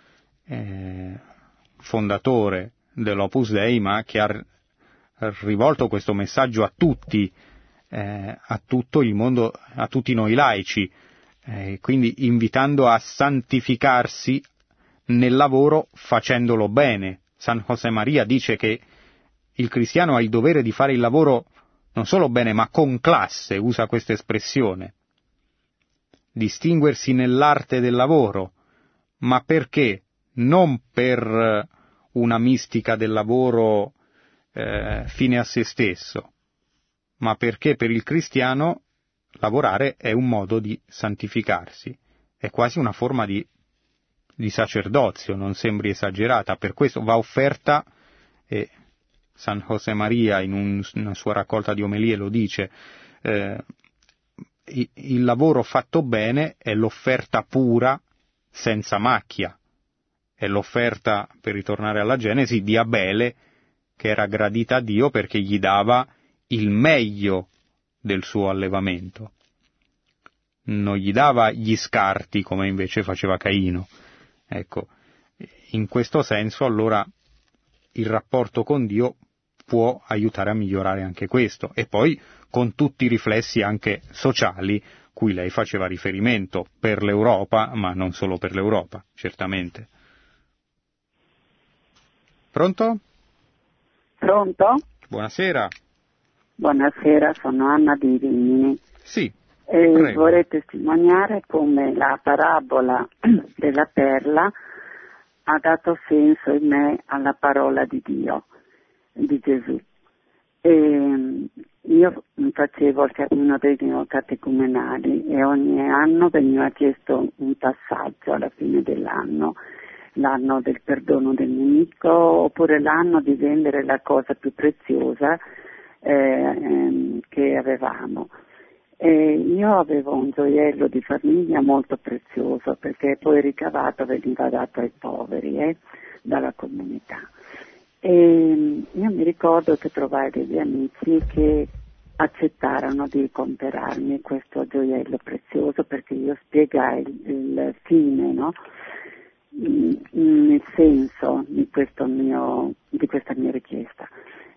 Speaker 2: fondatore dell'Opus Dei, ma che ha rivolto questo messaggio a tutti, a tutto il mondo, a tutti noi laici, quindi invitando a santificarsi nel lavoro facendolo bene. San José María dice che il cristiano ha il dovere di fare il lavoro non solo bene, ma con classe, usa questa espressione. Distinguersi nell'arte del lavoro, ma perché? Non per una mistica del lavoro fine a se stesso, ma perché per il cristiano lavorare è un modo di santificarsi, è quasi una forma di sacerdozio, non sembri esagerata, per questo va offerta, e San José María in una sua raccolta di omelie lo dice, il lavoro fatto bene è l'offerta pura, senza macchia, è l'offerta, per ritornare alla Genesi, di Abele, che era gradita a Dio perché gli dava il meglio del suo allevamento. Non gli dava gli scarti come invece faceva Caino. Ecco, in questo senso allora il rapporto con Dio può aiutare a migliorare anche questo, e poi con tutti i riflessi anche sociali cui lei faceva riferimento per l'Europa, ma non solo per l'Europa, certamente. Pronto?
Speaker 7: Pronto?
Speaker 2: Buonasera.
Speaker 7: Buonasera, sono Anna di Rimini.
Speaker 2: Sì,
Speaker 7: vorrei testimoniare come la parabola della perla ha dato senso in me alla parola di Dio, di Gesù. Io facevo il cammino dei neocatecumenali e ogni anno veniva chiesto un passaggio alla fine dell'anno, l'anno del perdono del nemico oppure l'anno di vendere la cosa più preziosa che avevamo. Io avevo un gioiello di famiglia molto prezioso perché poi ricavato veniva dato ai poveri dalla comunità. E io mi ricordo che trovai degli amici che accettarono di comperarmi questo gioiello prezioso perché io spiegai il fine, no? Il senso di questa mia richiesta.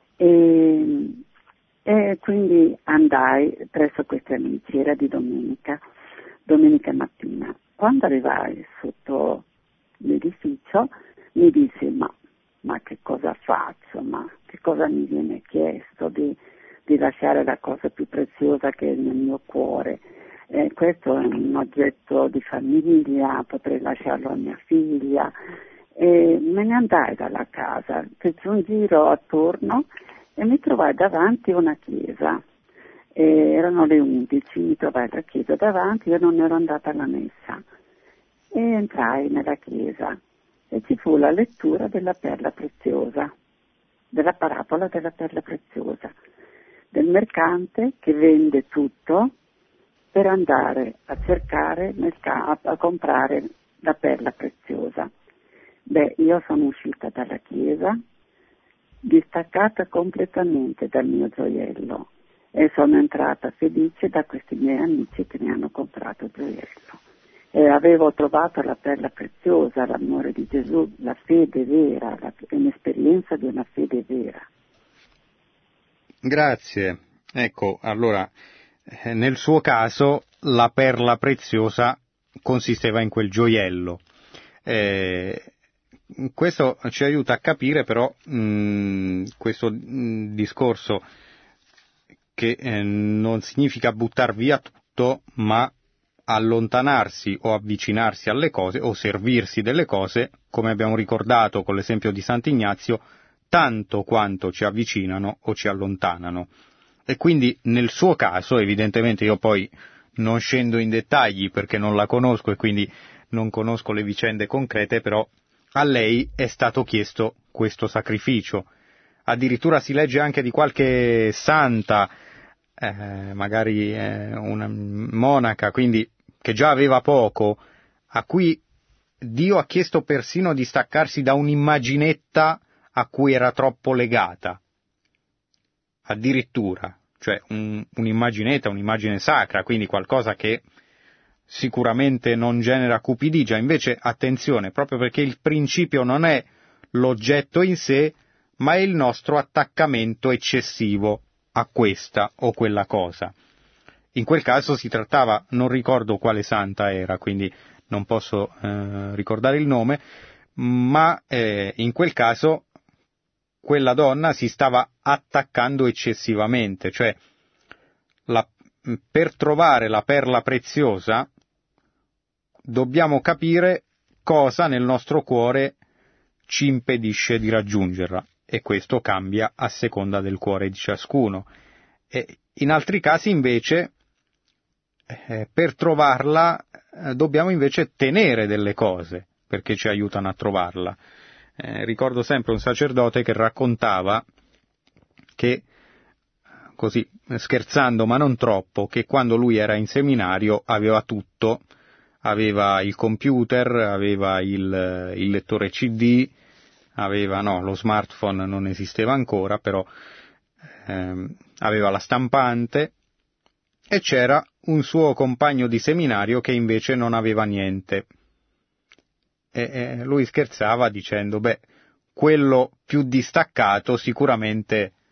Speaker 7: E quindi andai presso questi amici, era di domenica mattina. Quando arrivai sotto l'edificio mi dissi ma che cosa faccio, ma che cosa mi viene chiesto di lasciare la cosa più preziosa che è nel mio cuore. Questo è un oggetto di famiglia, potrei lasciarlo a mia figlia. E me ne andai dalla casa, feci un giro attorno e mi trovai davanti una chiesa. Erano le 11, mi trovai la chiesa davanti, io non ero andata alla messa. E entrai nella chiesa e ci fu la lettura della perla preziosa, della parabola della perla preziosa, del mercante che vende tutto per andare a cercare a comprare la perla preziosa. Io sono uscita dalla chiesa, distaccata completamente dal mio gioiello, e sono entrata felice da questi miei amici che mi hanno comprato il gioiello. E avevo trovato la perla preziosa, l'amore di Gesù, la fede vera, un'esperienza di una fede vera.
Speaker 2: Grazie. Ecco, allora, nel suo caso la perla preziosa consisteva in quel gioiello. Questo ci aiuta a capire però questo discorso che non significa buttar via tutto, ma allontanarsi o avvicinarsi alle cose o servirsi delle cose, come abbiamo ricordato con l'esempio di Sant'Ignazio, tanto quanto ci avvicinano o ci allontanano. E quindi nel suo caso, evidentemente io poi non scendo in dettagli perché non la conosco e quindi non conosco le vicende concrete, però a lei è stato chiesto questo sacrificio. Addirittura si legge anche di qualche santa, magari una monaca, quindi che già aveva poco, a cui Dio ha chiesto persino di staccarsi da un'immaginetta a cui era troppo legata. Addirittura, cioè un'immaginetta, un'immagine sacra, quindi qualcosa che sicuramente non genera cupidigia. Invece, attenzione, proprio perché il principio non è l'oggetto in sé, ma è il nostro attaccamento eccessivo a questa o quella cosa. In quel caso si trattava, non ricordo quale santa era, quindi non posso ricordare il nome, ma in quel caso quella donna si stava attaccando eccessivamente, cioè per trovare la perla preziosa dobbiamo capire cosa nel nostro cuore ci impedisce di raggiungerla, e questo cambia a seconda del cuore di ciascuno. E in altri casi invece per trovarla dobbiamo invece tenere delle cose perché ci aiutano a trovarla. Ricordo sempre un sacerdote che raccontava che, così scherzando ma non troppo, che quando lui era in seminario aveva tutto, aveva il computer, aveva il lettore CD, lo smartphone non esisteva ancora, però aveva la stampante, e c'era un suo compagno di seminario che invece non aveva niente. E lui scherzava dicendo, quello più distaccato sicuramente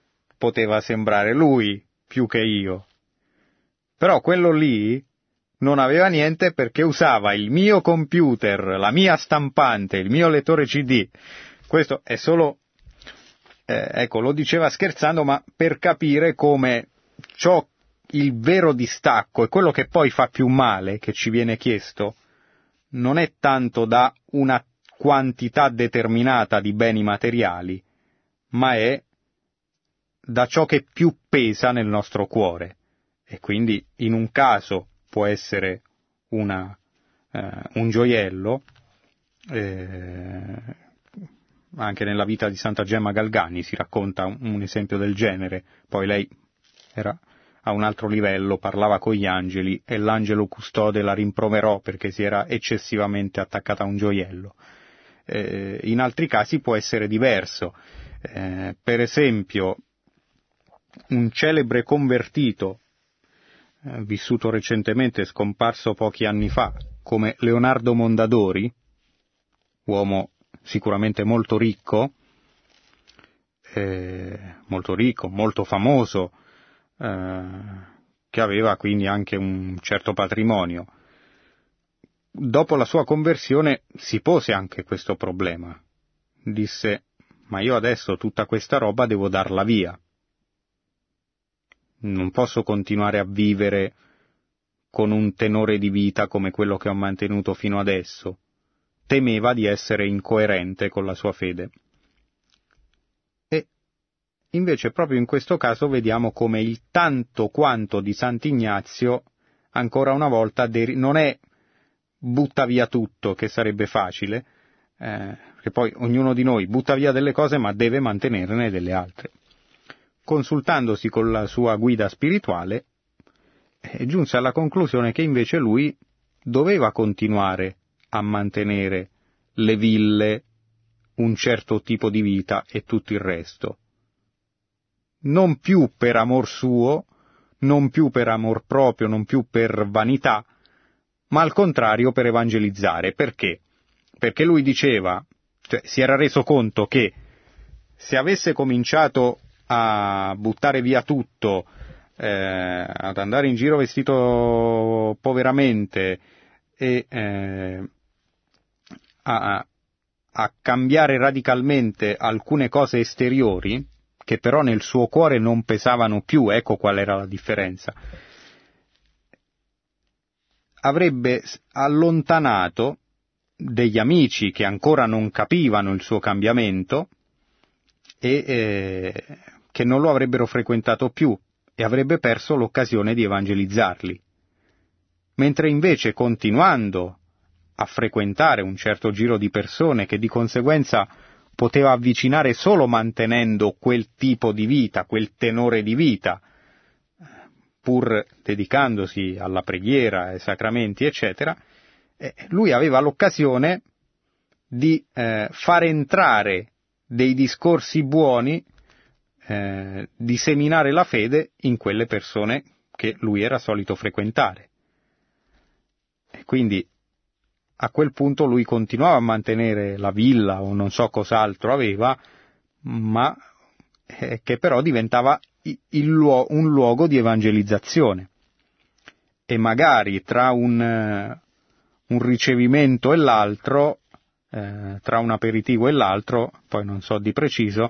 Speaker 2: poteva sembrare lui più che io. Però quello lì non aveva niente perché usava il mio computer, la mia stampante, il mio lettore CD. Questo è solo, ecco, lo diceva scherzando, ma per capire come il vero distacco e quello che poi fa più male, che ci viene chiesto, non è tanto da una quantità determinata di beni materiali, ma è da ciò che più pesa nel nostro cuore. E quindi in un caso può essere un gioiello, anche nella vita di Santa Gemma Galgani si racconta un esempio del genere. Poi lei era a un altro livello, parlava con gli angeli e l'angelo custode la rimproverò perché si era eccessivamente attaccata a un gioiello. In altri casi può essere diverso. Per esempio, un celebre convertito vissuto recentemente, scomparso pochi anni fa, come Leonardo Mondadori, uomo sicuramente molto ricco, molto famoso, che aveva quindi anche un certo patrimonio. Dopo la sua conversione si pose anche questo problema. Disse: ma io adesso tutta questa roba devo darla via. Non posso continuare a vivere con un tenore di vita come quello che ho mantenuto fino adesso. Temeva di essere incoerente con la sua fede. E invece proprio in questo caso vediamo come il tanto quanto di Sant'Ignazio, ancora una volta, non è butta via tutto, che sarebbe facile, che poi ognuno di noi butta via delle cose ma deve mantenerne delle altre. Consultandosi con la sua guida spirituale, giunse alla conclusione che invece lui doveva continuare a mantenere le ville, un certo tipo di vita e tutto il resto. Non più per amor suo, non più per amor proprio, non più per vanità, ma al contrario per evangelizzare. Perché? Perché lui diceva, cioè si era reso conto che se avesse cominciato a buttare via tutto, ad andare in giro vestito poveramente e a cambiare radicalmente alcune cose esteriori, che però nel suo cuore non pesavano più, ecco qual era la differenza, avrebbe allontanato degli amici che ancora non capivano il suo cambiamento e che non lo avrebbero frequentato più e avrebbe perso l'occasione di evangelizzarli. Mentre invece, continuando a frequentare un certo giro di persone che di conseguenza poteva avvicinare solo mantenendo quel tipo di vita, quel tenore di vita, pur dedicandosi alla preghiera, ai sacramenti, eccetera, lui aveva l'occasione di far entrare dei discorsi buoni, di seminare la fede in quelle persone che lui era solito frequentare. E quindi a quel punto lui continuava a mantenere la villa o non so cos'altro aveva, ma che però diventava un luogo di evangelizzazione. E magari tra un ricevimento e l'altro, tra un aperitivo e l'altro, poi non so di preciso,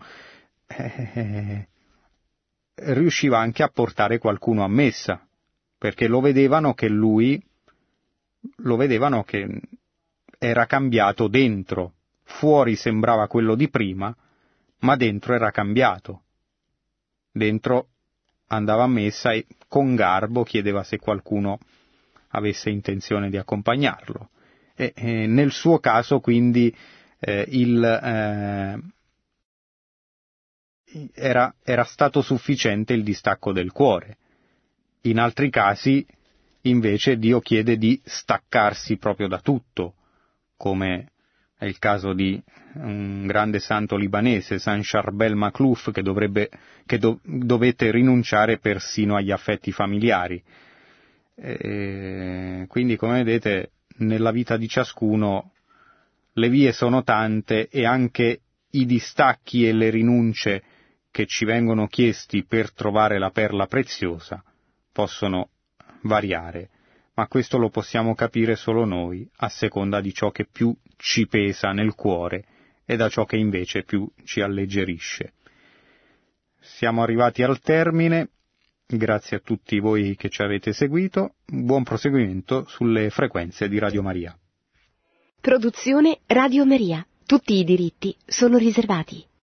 Speaker 2: riusciva anche a portare qualcuno a messa, perché lo vedevano che era cambiato dentro. Fuori sembrava quello di prima, ma dentro era cambiato. Dentro andava a messa e con garbo chiedeva se qualcuno avesse intenzione di accompagnarlo. E nel suo caso quindi era stato sufficiente il distacco del cuore. In altri casi invece Dio chiede di staccarsi proprio da tutto, come è il caso di un grande santo libanese, San Charbel Maklouf, che dovette rinunciare persino agli affetti familiari. Quindi, come vedete, nella vita di ciascuno le vie sono tante e anche i distacchi e le rinunce che ci vengono chiesti per trovare la perla preziosa possono variare, ma questo lo possiamo capire solo noi, a seconda di ciò che più ci pesa nel cuore e da ciò che invece più ci alleggerisce. Siamo arrivati al termine, grazie a tutti voi che ci avete seguito, buon proseguimento sulle frequenze di Radio Maria.
Speaker 1: Produzione Radio Maria. Tutti i diritti sono riservati.